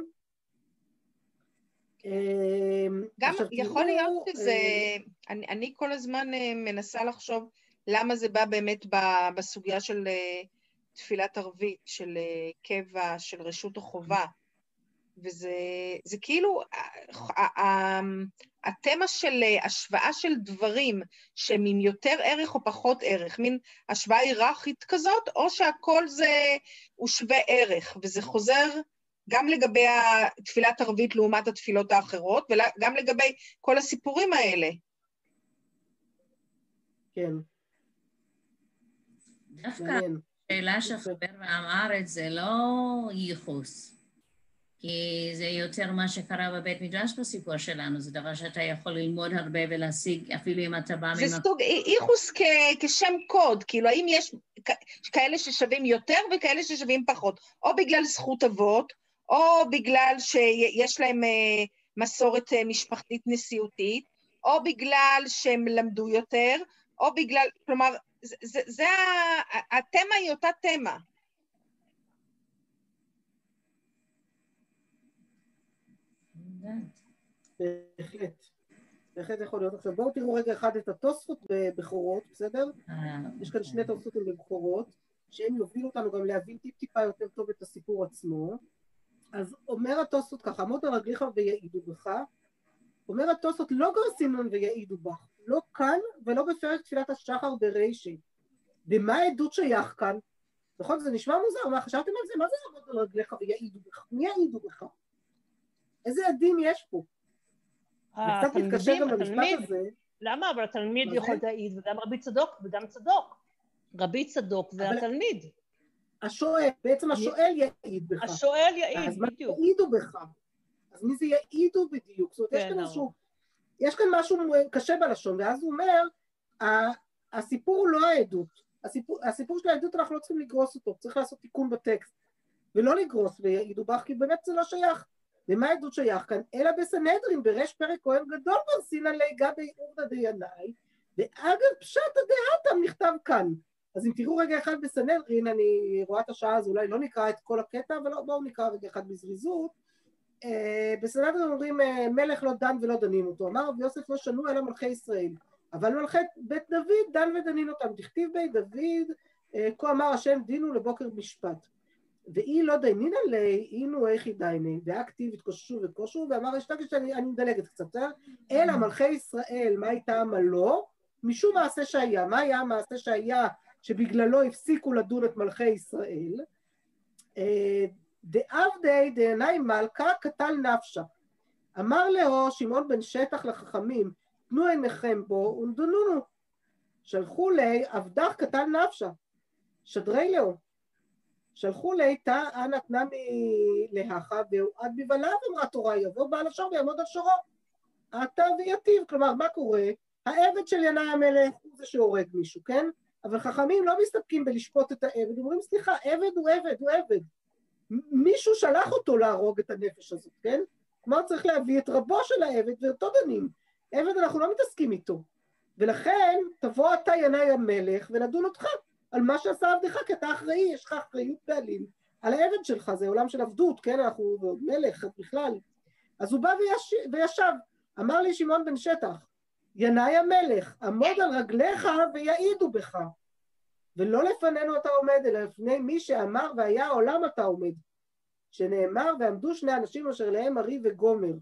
S3: גם יכול להיות שזה, אני כל הזמן מנסה לחשוב למה זה בא באמת בסוגיה של תפילת ערבית, של קבע, של רשות החובה, וזה כאילו התמה של השוואה של דברים שהם עם יותר ערך או פחות ערך, מין השוואה היררכית כזאת, או שהכל הוא שווה ערך, וזה חוזר גם לגבי תפילת ערבית לעומת התפילות האחרות, וגם לגבי כל הסיפורים האלה.
S4: כן. דווקא השאלה של חבר מעם הארץ זה לא ייחוס, כי זה יותר מה שקרה בבית מדרש בסיפור שלנו, זה דבר שאתה יכול ללמוד הרבה ולהשיג, אפילו אם אתה בא...
S3: זה סוג ייחוס כשם קוד, כאילו האם יש כאלה ששווים יותר וכאלה ששווים פחות, או בגלל זכות אבות, או בגלל שיש להם מסורת משפחתית נשיאותית, או בגלל שהם למדו יותר, או בגלל, כלומר, זה התמה היא אותה תמה.
S1: בהחלט יכול להיות. עכשיו בואו תראו רגע אחד את התוספות בבכורות, בסדר? יש כאן שני תוספות בבכורות, שהם יובילו אותנו גם להבין טיפה יותר טוב את הסיפור עצמו. אז אומר התוספות ככה, עמוד על רגליך ויעידו בך, אומר התוספות לא גרסינן ויעידו בך, לא כאן ולא בפרק תפילת השחר ברישי. ומה העדות שייך כאן? נכון, זה נשמע מוזר, מה חשבתם על זה? מה זה לעמוד על רגליך ויעידו בך? מי יעידו בך? איזה עדים יש פה? זה קצת מתקשר גם למשפט הזה.
S2: למה? אבל התלמיד יכול להעיד, וגם רבי צדוק, וגם צדוק. רבי צדוק והתלמיד.
S1: השואל, בעצם השואל יעיד בך.
S2: השואל יעיד, בדיוק.
S1: אז מה יעידו בך? אז מי זה יעידו בדיוק? זאת אומרת, יש כאן משהו קשה בלשון, ואז הוא אומר, הסיפור הוא לא העדות. הסיפור של העדות אנחנו לא צריכים לגרוס אותו, צריך לעשות תיקון בטקסט, ולא לגרוס ויעידו בך, כי באמת זה לא שייך. ומה העדות שייך כאן? אלא בסנהדרין, בראש פרק כהן גדול ברסינא ליה גבי עובדא דינאי, ואגב פשט הדעתם נכתב כאן. אז אם תראו רגע אחד בסנהדרין, אני רואה את השעה, אז אולי לא נקרא את כל הקטע, אבל בואו נקרא רגע אחד בזריזות. בסנהדרין אומרים, מלך לא דן ולא דנין אותו. אמר רבי יוסף לא שנו אלא מלכי ישראל. אבל מלכי בית דוד דן ודנין אותם. דכתיב בית דוד, כה אמר השם דינו לבוקר משפט. ואי לא דיינין עלי, אינו איך דייני, והכתיב התקוששו וקושו, ואמר אשתקש, אני מדלגת קצת, אלא מלכי ישראל, מה הייתה עמלו? משום מעשה שהיה. מה היה המעשה שהיה שבגללו הפסיקו לדון את מלכי ישראל? דעבדי דעיני מלכה קטל נפשה. אמר לו שמעון בן שטח לחכמים, תנו עיניכם בו ונדונו. שלחו לי עבדך קטל נפשה. שדרי לו. שלחו לי תא נתנה מלהכה והועד בבליו אמרה תורה, יבוא בעל השור ויעמוד על שורו. עתה ויתיב, כלומר מה קורה? העבד של ינאי המלך הוא זה שהורג מישהו, כן? אבל חכמים לא מסתפקים בלשפוט את העבד, אומרים סליחה, עבד הוא עבד, הוא עבד. מישהו שלח אותו להרוג את הנפש הזאת, כן? כלומר צריך להביא את רבו של העבד ואותו דנים. עבד אנחנו לא מתעסקים איתו. ולכן תבוא אתה ינאי המלך ונדון אותך על מה שעשה עבדך, כי אתה אחראי, יש לך אחריות בעלים על העבד שלך, זה עולם של עבדות, כן? אנחנו מלך בכלל. אז הוא בא וישב, אמר לי שמעון בן שטח, ינאי המלך, עמוד על רגליך ויעידו בך. ולא לפנינו אתה עומד, אלא לפני מי שאמר והיה העולם אתה עומד. שנאמר ועמדו שני אנשים אשר להם ארי וגומר.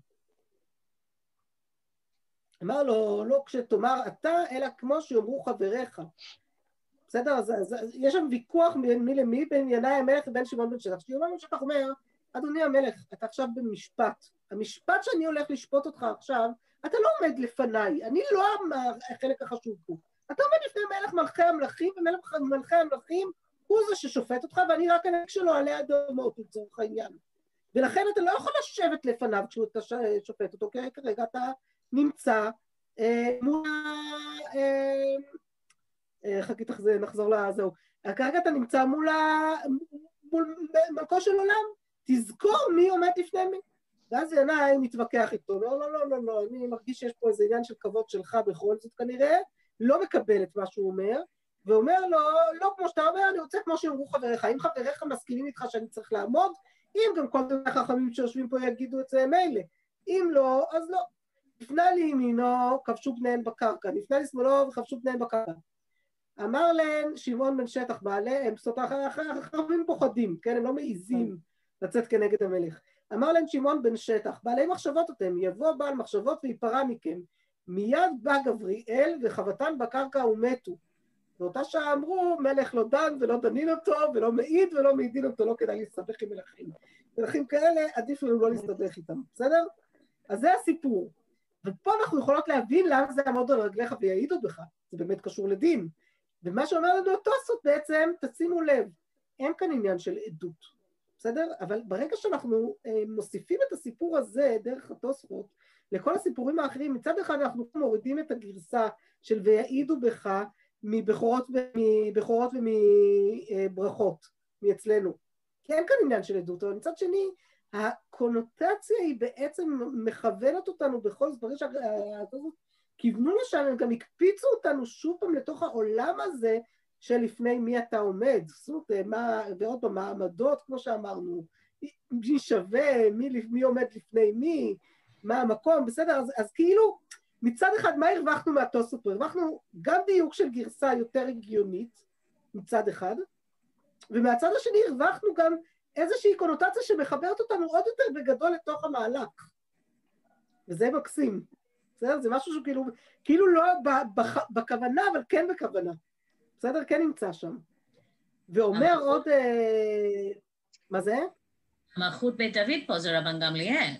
S1: אמר לו, לא כשתאמר אתה, אלא כמו שיאמרו חבריך. בסדר? אז יש שם ויכוח מי למי בין ינאי המלך לבין שמעון בן שטח. שמעון בן שטח אומר, אדוני המלך, אתה עכשיו במשפט. המשפט שאני הולך לשפוט אותך עכשיו, אתה לא עומד לפניי, אני לא החלק החשוב פה. אתה עומד לפני מלך מלכי המלכים, ומלך מלכי המלכים הוא זה ששופט אותך, ואני רק הנק שלו עלי אדמות לצורך העניין. ולכן אתה לא יכול לשבת לפניו כשאתה שופט אותו, כי כרגע אתה נמצא מול חכית איך זה, נחזור לזהו. כרגע אתה נמצא מול מלכו של עולם, תזכור מי עומד לפני מי. ואז ינאי מתווכח איתו, לא, אני מרגיש שיש פה איזה עניין של כבוד שלך בכל זאת כנראה, לא מקבל את מה שהוא אומר, ואומר לו, לא כמו שאתה אומר, אני רוצה כמו שאומרו חבריך, אם חבריך מסכימים איתך שאני צריך לעמוד, אם גם כל דבר החכמים שיושבים פה יגידו את זה מילא, אם לא, אז לא. לפנה לימינו, כבשו פניהם בקרקע, לפנה לשמאלו וכבשו פניהם בקרקע. אמר להם שמעון בן שטח בעליהם, זאת החכמים פוחדים, כן, הם לא מעיזים לצאת כנגד המלך. אמר להם שמעון בן שטח, בעלי מחשבות אתם, יבוא בעל מחשבות ויפרע מכם. מיד בא גבריאל וחבטן בקרקע ומתו. באותה שעה אמרו, מלך לא דן ולא דנין אותו, ולא מעיד ולא מעידין אותו, לא כדאי להסתבך עם מלכים. מלכים כאלה, עדיף לנו לא להסתבך איתם, בסדר? אז זה הסיפור. ופה אנחנו יכולות להבין למה זה יעמוד על רגליך ויעידו בך. זה באמת קשור לדין. ומה שאומר לנו התוספות בעצם, תשימו לב, אין כאן עניין של עדות. בסדר? אבל ברגע שאנחנו מוסיפים את הסיפור הזה דרך התוספות, לכל הסיפורים האחרים, מצד אחד אנחנו מורידים את הגרסה של ויעידו בך מבכורות ומברכות מאצלנו. כי אין כאן עניין של עדות, אבל מצד שני, הקונוטציה היא בעצם מכוונת אותנו בכל זאת, ברגע שהתוספות כיוונו לשם, הם גם הקפיצו אותנו שוב פעם לתוך העולם הזה, שלפני מי אתה עומד, זאת אומרת, ועוד במעמדות, כמו שאמרנו, מי שווה, מי עומד לפני מי, מה המקום, בסדר, אז כאילו, מצד אחד, מה הרווחנו מהתוספות? הרווחנו גם דיוק של גרסה יותר הגיונית, מצד אחד, ומהצד השני הרווחנו גם איזושהי קונוטציה שמחברת אותנו עוד יותר בגדול לתוך המהלך, וזה מקסים. בסדר? זה משהו שכאילו, כאילו לא בכוונה, אבל כן בכוונה. בסדר? כן נמצא שם. ואומר עוד, מה זה?
S4: מלכות בית דוד פה זה רבן גמליאל.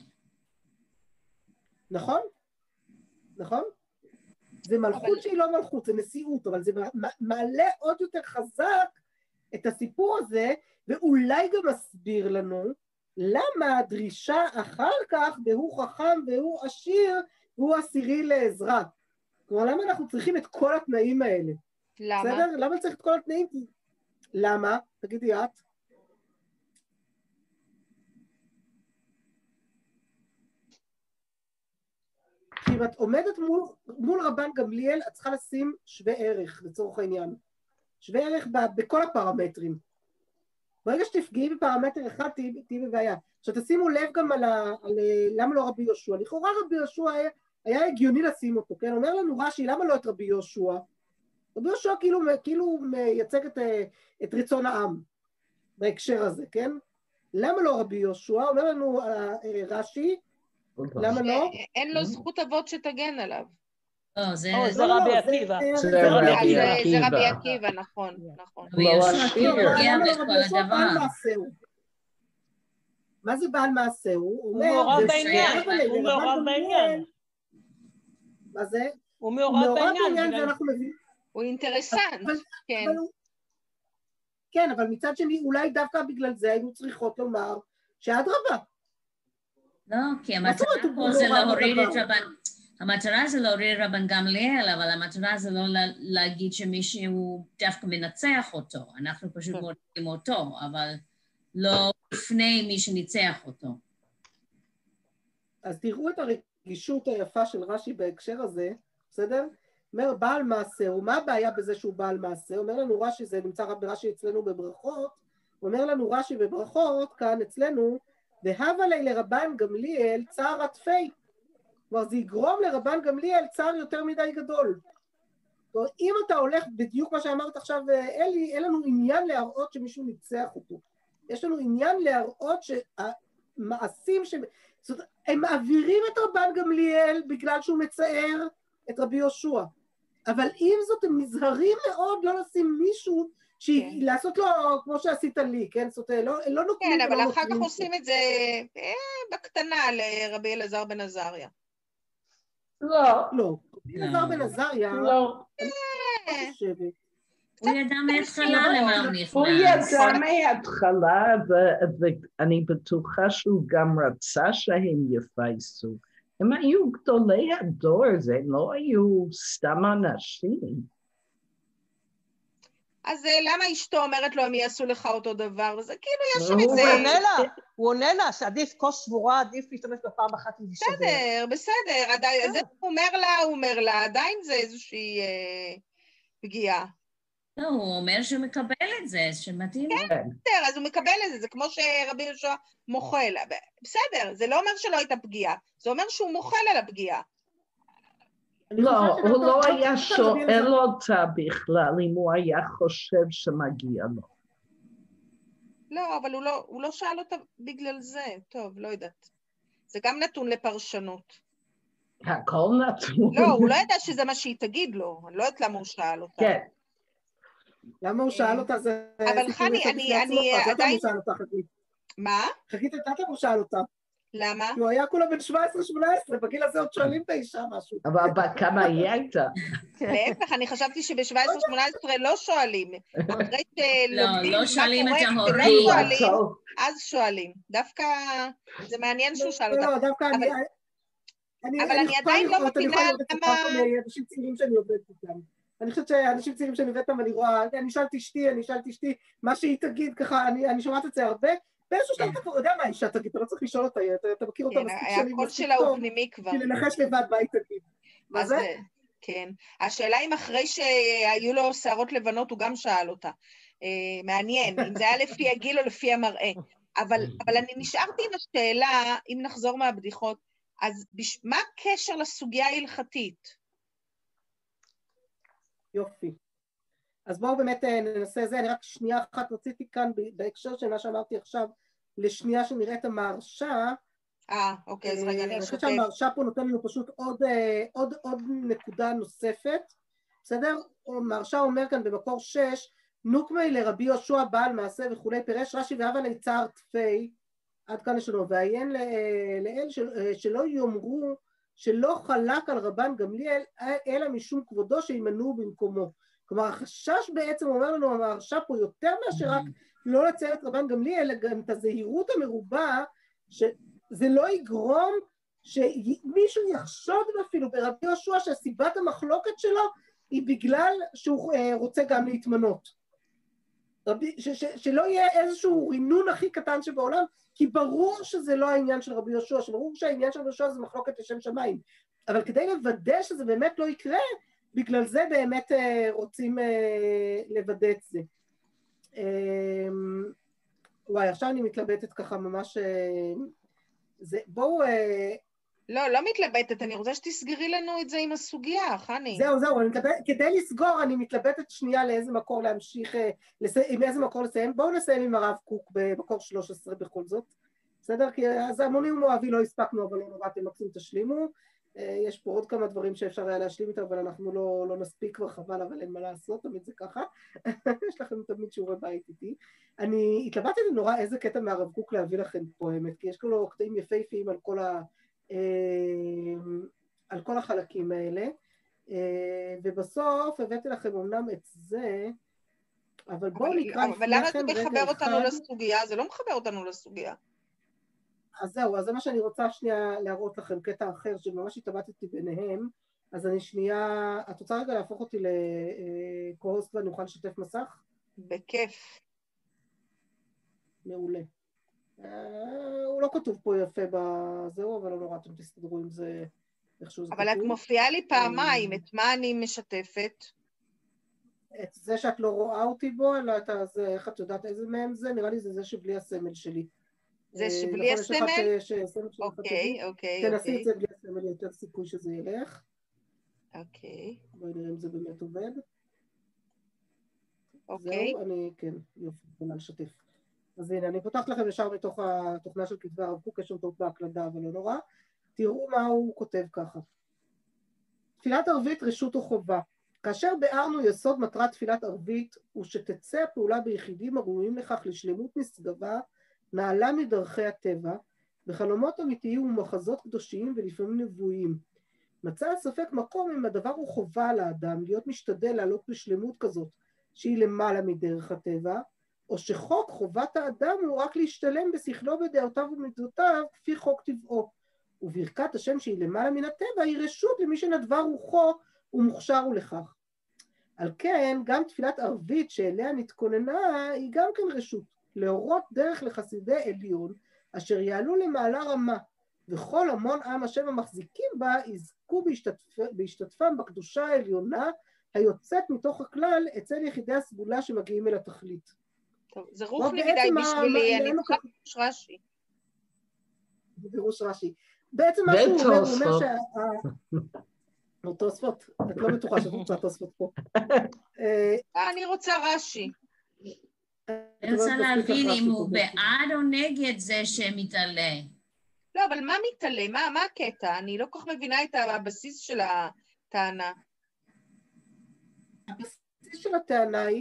S1: נכון? נכון? זה מלכות שהיא לא מלכות, זה נשיאות, אבל זה מעלה עוד יותר חזק את הסיפור הזה, ואולי גם מסביר לנו למה הדרישה אחר כך, והוא חכם והוא עשיר, והוא עשירי לעזרה. כלומר, למה אנחנו צריכים את כל התנאים האלה?
S3: למה?
S1: בסדר? למה צריך את כל התנאים? למה? תגידי את. כי אם את עומדת מול רבן גמליאל, את צריכה לשים שווה ערך, לצורך העניין. שווה ערך בכל הפרמטרים. ברגע שתפגעי בפרמטר אחד, תהיי בבעיה. עכשיו תשימו לב גם על למה לא רבי יהושע. לכאורה רבי יהושע היה הגיוני לשים אותו, כן? אומר לנו רש"י, למה לא את רבי יהושע? רבי יהושע כאילו מייצג את רצון העם בהקשר הזה, כן? למה לא רבי יהושע? אומר לנו רש"י, למה לא?
S3: אין לו זכות אבות שתגן עליו.
S4: לא, זה
S2: רבי עקיבא.
S5: זה רבי
S3: זה רבי
S5: עקיבא.
S3: עקיבא, נכון, נכון.
S4: רבי יהושע כאילו
S5: עשיר.
S4: פוגע
S1: למה לא
S4: בכל
S1: רבי יהושע?
S4: הדבר.
S1: בעל מעשהו. מה זה בעל מעשהו?
S2: הוא מעורב בעניין, הוא מעורב בעניין.
S1: מה זה?
S2: הוא מעורב בעניין.
S1: זה אנחנו מבינים.
S3: הוא אינטרסנט, כן.
S1: כן, אבל מצד שני, אולי דווקא בגלל זה היינו צריכות לומר שאדרבה.
S4: לא, כי המטרה פה זה להוריד את רבן... המטרה זה להוריד רבן גמליאל, אבל המטרה זה לא להגיד שמישהו דווקא מנצח אותו. אנחנו פשוט מורידים אותו, אבל לא לפני מי שניצח אותו.
S1: אז תראו את הרגישות היפה של רש"י בהקשר הזה, בסדר? אומר בעל מעשהו, מה הבעיה בזה שהוא בעל מעשה? אומר לנו רש"י, זה נמצא רק ברש"י אצלנו בברכות, אומר לנו רש"י בברכות, כאן אצלנו, והבה לי לרבן גמליאל צער עטפי. כלומר, זה יגרום לרבן גמליאל צער יותר מדי גדול. כלומר, אם אתה הולך בדיוק מה שאמרת עכשיו, אלי, אין לנו עניין להראות שמישהו ניצח אותו. יש לנו עניין להראות שהמעשים זאת אומרת, הם מעבירים את רבן גמליאל בגלל שהוא מצער את רבי יהושע. אבל עם זאת הם נזהרים מאוד לא לשים מישהו לעשות לו כמו שעשית לי, כן? זאת אומרת, לא נוקמים.
S3: כן, אבל אחר כך עושים את זה בקטנה לרבי אלעזר בן עזריה.
S5: לא.
S1: לא, רבי אלעזר בן עזריה,
S5: לא.
S4: הוא ידע מההתחלה למה הוא נכנס.
S5: הוא ידע מההתחלה, ואני בטוחה שהוא גם רצה שהם יפייסו. הם היו גדולי הדור, זה לא היו סתם אנשים.
S3: אז למה אשתו אומרת לו, הם יעשו לך אותו דבר? זה כאילו יש שם
S5: הוא
S3: את זה.
S2: הוא עונה לה שעדיף כוס שבורה, עדיף להשתמש בפעם אחת להישבר.
S3: בסדר. זה הוא אומר לה, עדיין זה איזושהי פגיעה.
S4: לא, הוא אומר שהוא מקבל את זה, שמתאים.
S3: כן, בסדר, אז הוא מקבל את זה, זה כמו שרבי יהושע מוחל. בסדר, זה לא אומר שלא הייתה פגיעה, זה אומר שהוא מוחל על הפגיעה.
S5: לא, הוא לא היה שואל אותה בכלל אם הוא היה חושב שמגיע לו.
S3: לא, אבל הוא לא שאל אותה בגלל זה. טוב, לא יודעת. זה גם נתון לפרשנות.
S5: הכל נתון.
S3: לא, הוא לא ידע שזה מה שהיא תגיד לו. אני לא יודעת למה הוא שאל אותה.
S5: כן.
S1: למה הוא שאל אותה?
S3: אבל חני, אני עדיין... מה?
S1: חכית, את הוא שאל אותה.
S3: למה?
S1: הוא היה כולה בן 17-18, בגיל הזה עוד שואלים את האישה משהו.
S5: אבל כמה היא הייתה?
S3: להפך, אני חשבתי שב-17-18 לא שואלים.
S4: לא שואלים את ההורים.
S3: אז שואלים. דווקא זה מעניין שהוא שאל אותה.
S1: לא, דווקא
S3: אבל אני עדיין לא מבינה למה...
S1: אנשים צעירים שאני עובדת איתם. אני חושבת שאנשים צעירים שאני עובדת איתם, אני שאלתי אשתי, מה שהיא תגיד ככה, אני שומעת את זה הרבה, באיזשהו שלב אתה כבר יודע מה האישה תגיד, אתה לא צריך לשאול אותה, אתה מכיר אותה מספיק שנים,
S3: הקול שלה הוא פנימי כבר.
S1: כי לנחש לבד מה היא תגיד. מה זה?
S3: כן. השאלה אם אחרי שהיו לו שערות לבנות, הוא גם שאל אותה. מעניין, אם זה היה לפי הגיל או לפי המראה. אבל אני נשארתי עם השאלה, אם נחזור מהבדיחות, אז מה הקשר לסוגיה ההלכתית?
S1: יופי. אז בואו באמת ננסה זה, אני רק שנייה אחת רציתי כאן בהקשר של מה שאמרתי עכשיו, לשנייה שנראית המהרשה,
S3: אוקיי, אז רגע, אני
S1: חושבת
S3: אשתף.
S1: שהמהרש"א פה נותן לנו פשוט עוד נקודה נוספת, בסדר? המהרש"א אומר כאן במקור 6, נוקמי לרבי יהושע בעל מעשה וכולי, פירש רש"י והבה ליצהר תפי, עד כאן יש לנו, ועיין לאל שלא יאמרו שלא חלק על רבן גמליאל, אלא משום כבודו שימנעו במקומו. כלומר, החשש בעצם אומר לנו המהרש"א פה יותר מאשר רק לא לציין את רבן גמליאל, אלא גם את הזהירות המרובה, שזה לא יגרום שמישהו יחשוד אפילו ברבי יהושע שסיבת המחלוקת שלו היא בגלל שהוא רוצה גם להתמנות. שלא יהיה איזשהו רינון הכי קטן שבעולם, כי ברור שזה לא העניין של רבי יהושע, שברור שהעניין של רבי יהושע זה מחלוקת לשם שמיים. אבל כדי לוודא שזה באמת לא יקרה, בגלל זה באמת רוצים לוודא את זה. וואי, עכשיו אני מתלבטת ככה ממש... בואו...
S3: לא מתלבטת, אני רוצה שתסגרי לנו את זה עם הסוגיה, חני.
S1: זהו, כדי לסגור, אני מתלבטת שנייה לאיזה מקור להמשיך, עם איזה מקור לסיים. בואו נסיים עם הרב קוק במקור 13 בכל זאת, בסדר? כי אז המוני ומואבי לא הספקנו, אבל לא נורא, אתם מקסימום תשלימו. יש פה עוד כמה דברים שאפשר היה להשלים איתם, אבל אנחנו לא נספיק כבר, חבל, אבל אין מה לעשות, תמיד זה ככה. יש לכם תמיד שיעורי בית איתי. אני התלבטתי נורא איזה קטע מהרב קוק להביא לכם פה, האמת, כי יש לו קטעים יפהפיים על כל החלקים האלה, ובסוף הבאתי לכם אומנם את זה, אבל בואו נקרא לפני
S3: אבל למה
S1: לכם
S3: זה מחבר אותנו לסוגיה? זה לא מחבר אותנו לסוגיה.
S1: אז זהו, אז זה מה שאני רוצה שנייה להראות לכם, קטע אחר שממש התלבטתי ביניהם, אז אני שנייה, את רוצה רגע להפוך אותי לקו-הוסט ואני אוכל לשתף מסך?
S3: בכיף.
S1: מעולה. הוא לא כתוב פה יפה בזהו, אבל לא נורא, אתם תסתדרו עם זה איכשהו זה כתוב.
S3: אבל את מופיעה לי פעמיים, את מה אני משתפת?
S1: את זה שאת לא רואה אותי בו, אלא איך את יודעת איזה מהם זה? נראה לי זה שבלי הסמל שלי.
S3: זה שבלי הסמל? אוקיי.
S1: תנסי את זה בלי הסמל, יותר סיכוי שזה ילך.
S3: אוקיי.
S1: בואי נראה אם זה באמת עובד.
S3: אוקיי.
S1: זהו, אני, כן, יופי, בואי לשתף. אז הנה, אני פותחת לכם ישר מתוך התוכנה של כתבי הרב קוק, יש שם טעות בהקלדה, אבל לא נורא. תראו מה הוא כותב ככה. תפילת ערבית רשות או חובה. כאשר ביארנו יסוד מטרת תפילת ערבית, הוא שתצא הפעולה ביחידים הראויים לכך לשלמות נשגבה, נעלה מדרכי הטבע, בחלומות אמיתיים ומחזות קדושים ולפעמים נבואיים. מצא הספק מקום אם הדבר הוא חובה לאדם, להיות משתדל לעלות בשלמות כזאת, שהיא למעלה מדרך הטבע, או שחוק חובת האדם הוא רק להשתלם בשכלו בדעותיו ומידותיו, כפי חוק טבעו. וברכת השם שהיא למעלה מן הטבע, היא רשות למי שנדבה רוחו ומוכשר הוא לכך. על כן, גם תפילת ערבית שאליה נתכוננה, היא גם כן רשות, להורות דרך לחסידי עליון, אשר יעלו למעלה רמה, וכל המון עם השם המחזיקים בה, יזכו בהשתתפם בקדושה העליונה, היוצאת מתוך הכלל אצל יחידי הסגולה שמגיעים אל התכלית.
S3: טוב, זה רוחני מדי בשבילי, אני צריכה פירוש רש"י.
S1: זה פירוש רש"י. בעצם מה שהוא אומר, הוא אומר תוספות, את לא בטוחה שאת רוצה תוספות פה.
S3: אני רוצה רש"י.
S4: אני רוצה להבין אם הוא בעד או נגד זה שמתעלה.
S3: לא, אבל מה מתעלה? מה הקטע? אני לא כל כך מבינה את הבסיס של הטענה.
S1: הבסיס של הטענה היא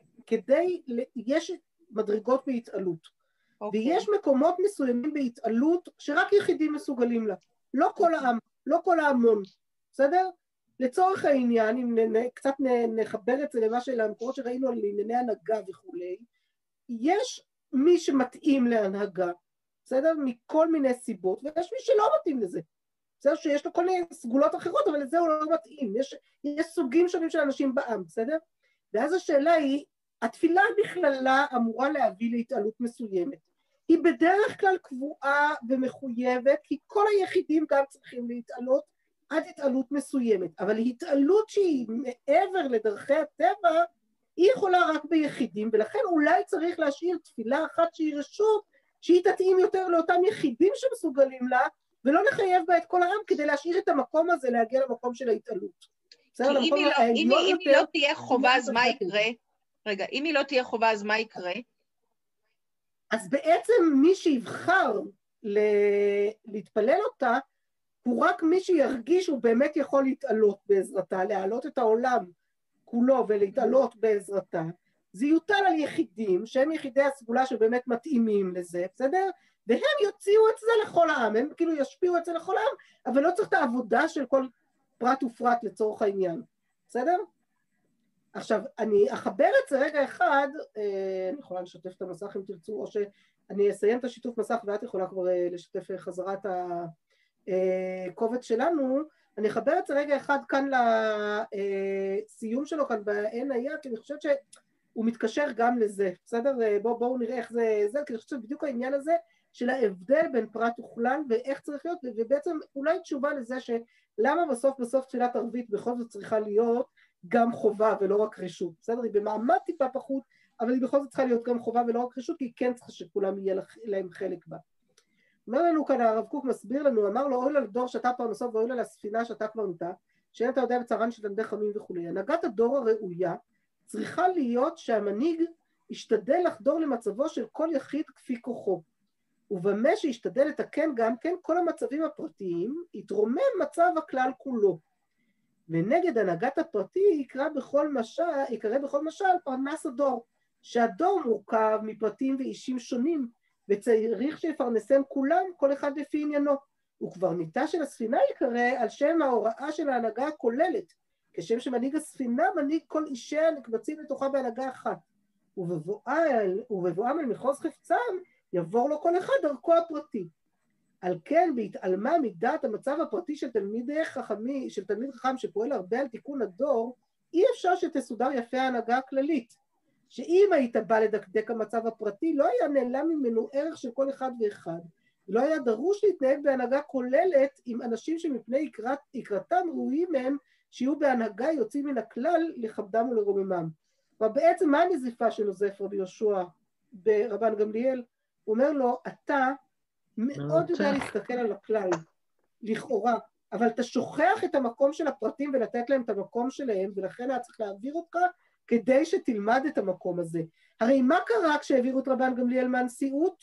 S1: יש מדרגות בהתעלות, ויש מקומות מסוימים בהתעלות שרק יחידים מסוגלים לה. לא כל העם, לא כל ההמון. בסדר? לצורך העניין, אם קצת נחבר את זה למה למקורות שראינו על ענייני הנהגה וכולי, יש מי שמתאים להנהגה, בסדר? מכל מיני סיבות, ויש מי שלא מתאים לזה. בסדר? שיש לו כל מיני סגולות אחרות, אבל לזה הוא לא מתאים. יש סוגים שונים של אנשים בעם, בסדר? ואז השאלה היא, התפילה בכללה אמורה להביא להתעלות מסוימת. היא בדרך כלל קבועה ומחויבת, כי כל היחידים גם צריכים להתעלות, עד התעלות מסוימת, אבל התעלות שהיא מעבר לדרכי הטבע, היא יכולה רק ביחידים, ולכן אולי צריך להשאיר תפילה אחת שהיא רשות, שהיא תתאים יותר לאותם יחידים שמסוגלים לה, ולא לחייב בה את כל העם, כדי להשאיר את המקום הזה, להגיע למקום של ההתעלות.
S3: כי אם היא לא תהיה חובה, אז מה יקרה? רגע, אם היא לא תהיה חובה, אז מה יקרה?
S1: אז בעצם מי שיבחר להתפלל אותה, הוא רק מי שירגיש שהוא באמת יכול להתעלות בעזרתה, להעלות את העולם כולו ולהתעלות בעזרתה. זה יוטל על יחידים, שהם יחידי הסגולה שבאמת מתאימים לזה, בסדר? והם יוציאו את זה לכל העם, הם כאילו ישפיעו את זה לכל העם, אבל לא צריך את העבודה של כל פרט ופרט לצורך העניין, בסדר? עכשיו, אני אחבר את זה רגע אחד, אני יכולה לשתף את המסך אם תרצו, או שאני אסיים את השיתוף מסך ואת יכולה כבר לשתף חזרה את הקובץ שלנו, אני אחבר את זה רגע אחד כאן לסיום שלו כאן בעין היד, כי אני חושבת שהוא מתקשר גם לזה, בסדר? בואו נראה איך זה, כי אני חושבת בדיוק העניין הזה של ההבדל בין פרט וכלל ואיך צריך להיות, ובעצם אולי תשובה לזה שלמה בסוף תפילת ערבית בכל זאת צריכה להיות גם חובה ולא רק רשות, בסדר? היא במעמד טיפה פחות, אבל היא בכל זאת צריכה להיות גם חובה ולא רק רשות, כי היא כן צריכה שכולם יהיה להם חלק בה. אומר לנו כאן, הרב קוק מסביר לנו, אמר לו, אוי לה לדור שאתה פרנסו ואוי לה לספינה שאתה קברניתה, שאין אתה יודע בצערן של תלמידי חכמים וכו'. הנהגת הדור הראויה צריכה להיות שהמנהיג ישתדל לחדור למצבו של כל יחיד כפי כוחו, ובמה שישתדל לתקן גם כן כל המצבים הפרטיים, יתרומם מצב הכלל כולו. ונגד הנהגת הפרטי יקרא בכל משל פרנס הדור, שהדור מורכב מפרטים ואישים שונים, וצריך שיפרנסם כולם, כל אחד לפי עניינו. וקברניתה של הספינה יקרא על שם ההוראה של ההנהגה הכוללת, כשם שמנהיג הספינה מנהיג כל אישיה הנקבצים לתוכה בהנהגה אחת. ובבואם אל מחוז חפצם, יעבור לו כל אחד דרכו הפרטי. על כן, בהתעלמה מדעת המצב הפרטי של תלמיד חכם שפועל הרבה על תיקון הדור, אי אפשר שתסודר יפה ההנהגה הכללית. שאם היית בא לדקדק המצב הפרטי, לא היה נעלם ממנו ערך של כל אחד ואחד. לא היה דרוש להתנהג בהנהגה כוללת עם אנשים שמפני יקרתם ראויים מהם, שיהיו בהנהגה יוצאים מן הכלל לכבדם ולרוממם. ובעצם מה הנזיפה של נוזף רבי יהושע ברבן גמליאל? הוא אומר לו, אתה מאוד יודע להסתכל על הכלל, לכאורה, אבל אתה שוכח את המקום של הפרטים ולתת להם את המקום שלהם, ולכן היה צריך להעביר אותך כדי שתלמד את המקום הזה. הרי מה קרה כשהעבירו את רבן גמליאל מהנשיאות?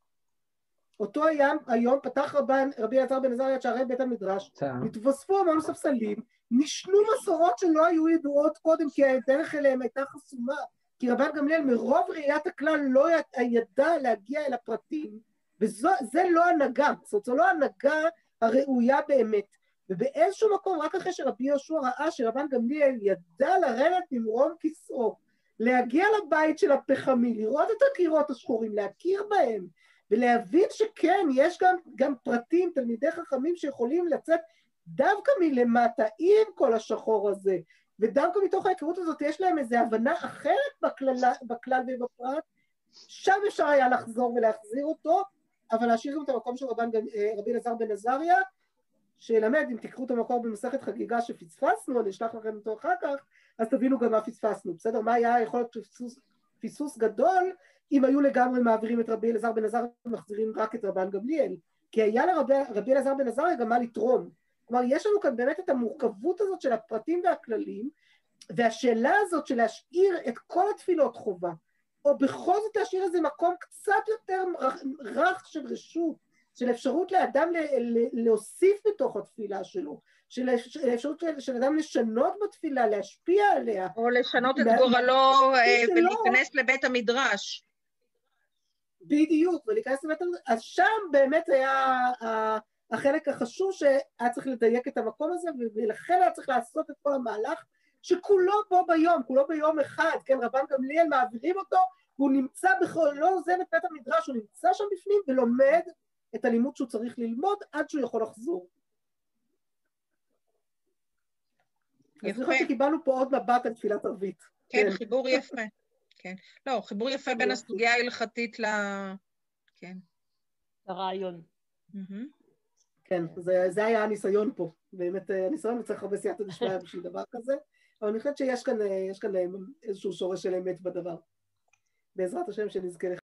S1: אותו היום פתח רבי אלעזר בן עזריה את שערי בית המדרש, התווספו המון ספסלים, נשנו מסורות שלא היו ידועות קודם, כי הדרך אליהם הייתה חסומה, כי רבן גמליאל מרוב ראיית הכלל לא ידע להגיע אל הפרטים, וזה לא הנהגה, זאת לא הנהגה הראויה באמת. ובאיזשהו מקום, רק אחרי שרבי יהושע ראה שרבן גמליאל ידע לרדת ממרום כיסאו, להגיע לבית של הפחמי, לראות את הקירות השחורים, להכיר בהם, ולהבין שכן, יש גם פרטים, תלמידי חכמים שיכולים לצאת דווקא מלמטה עם כל השחור הזה, ודווקא מתוך ההיכרות הזאת יש להם איזו הבנה אחרת בכלל ובפרט, שם אפשר היה לחזור ולהחזיר אותו, אבל להשאיר גם את המקום של רבי אלעזר בן עזריה, שילמד, אם תקחו את המקור במסכת חגיגה שפספסנו, אני אשלח לכם אותו אחר כך, אז תבינו גם מה פספסנו, בסדר? מה היה יכול להיות פיסוס גדול, אם היו לגמרי מעבירים את רבי אלעזר בן עזריה ומחזירים רק את רבן גמליאל, כי היה לרבי אלעזר בן עזריה גם מה לתרום. כלומר, יש לנו כאן באמת את המורכבות הזאת של הפרטים והכללים, והשאלה הזאת של להשאיר את כל התפילות חובה, או בכל זאת להשאיר איזה מקום קצת יותר רך של רשות, של אפשרות לאדם להוסיף בתוך התפילה שלו, של אפשרות של אדם לשנות בתפילה, להשפיע עליה.
S3: או לשנות את גורלו ולהיכנס לבית המדרש.
S1: בדיוק, ולהיכנס לבית המדרש. אז שם באמת היה החלק החשוב שהיה צריך לדייק את המקום הזה, ולכן היה צריך לעשות את כל המהלך, שכולו בו ביום, כולו ביום אחד, כן, רבן גמליאל מעבירים אותו, והוא נמצא לא עוזב את בית המדרש, הוא נמצא שם בפנים ולומד את הלימוד שהוא צריך ללמוד עד שהוא יכול לחזור. אז אני חושבת שקיבלנו פה עוד מבט על תפילת ערבית.
S3: כן, חיבור יפה. כן. לא, חיבור יפה בין הסוגיה ההלכתית כן.
S2: לרעיון.
S1: כן, זה היה הניסיון פה. באמת, הניסיון צריך הרבה סייעתא דשמיא בשביל דבר כזה, אבל אני חושבת שיש כאן איזשהו שורש של אמת בדבר. בעזרת השם שנזכה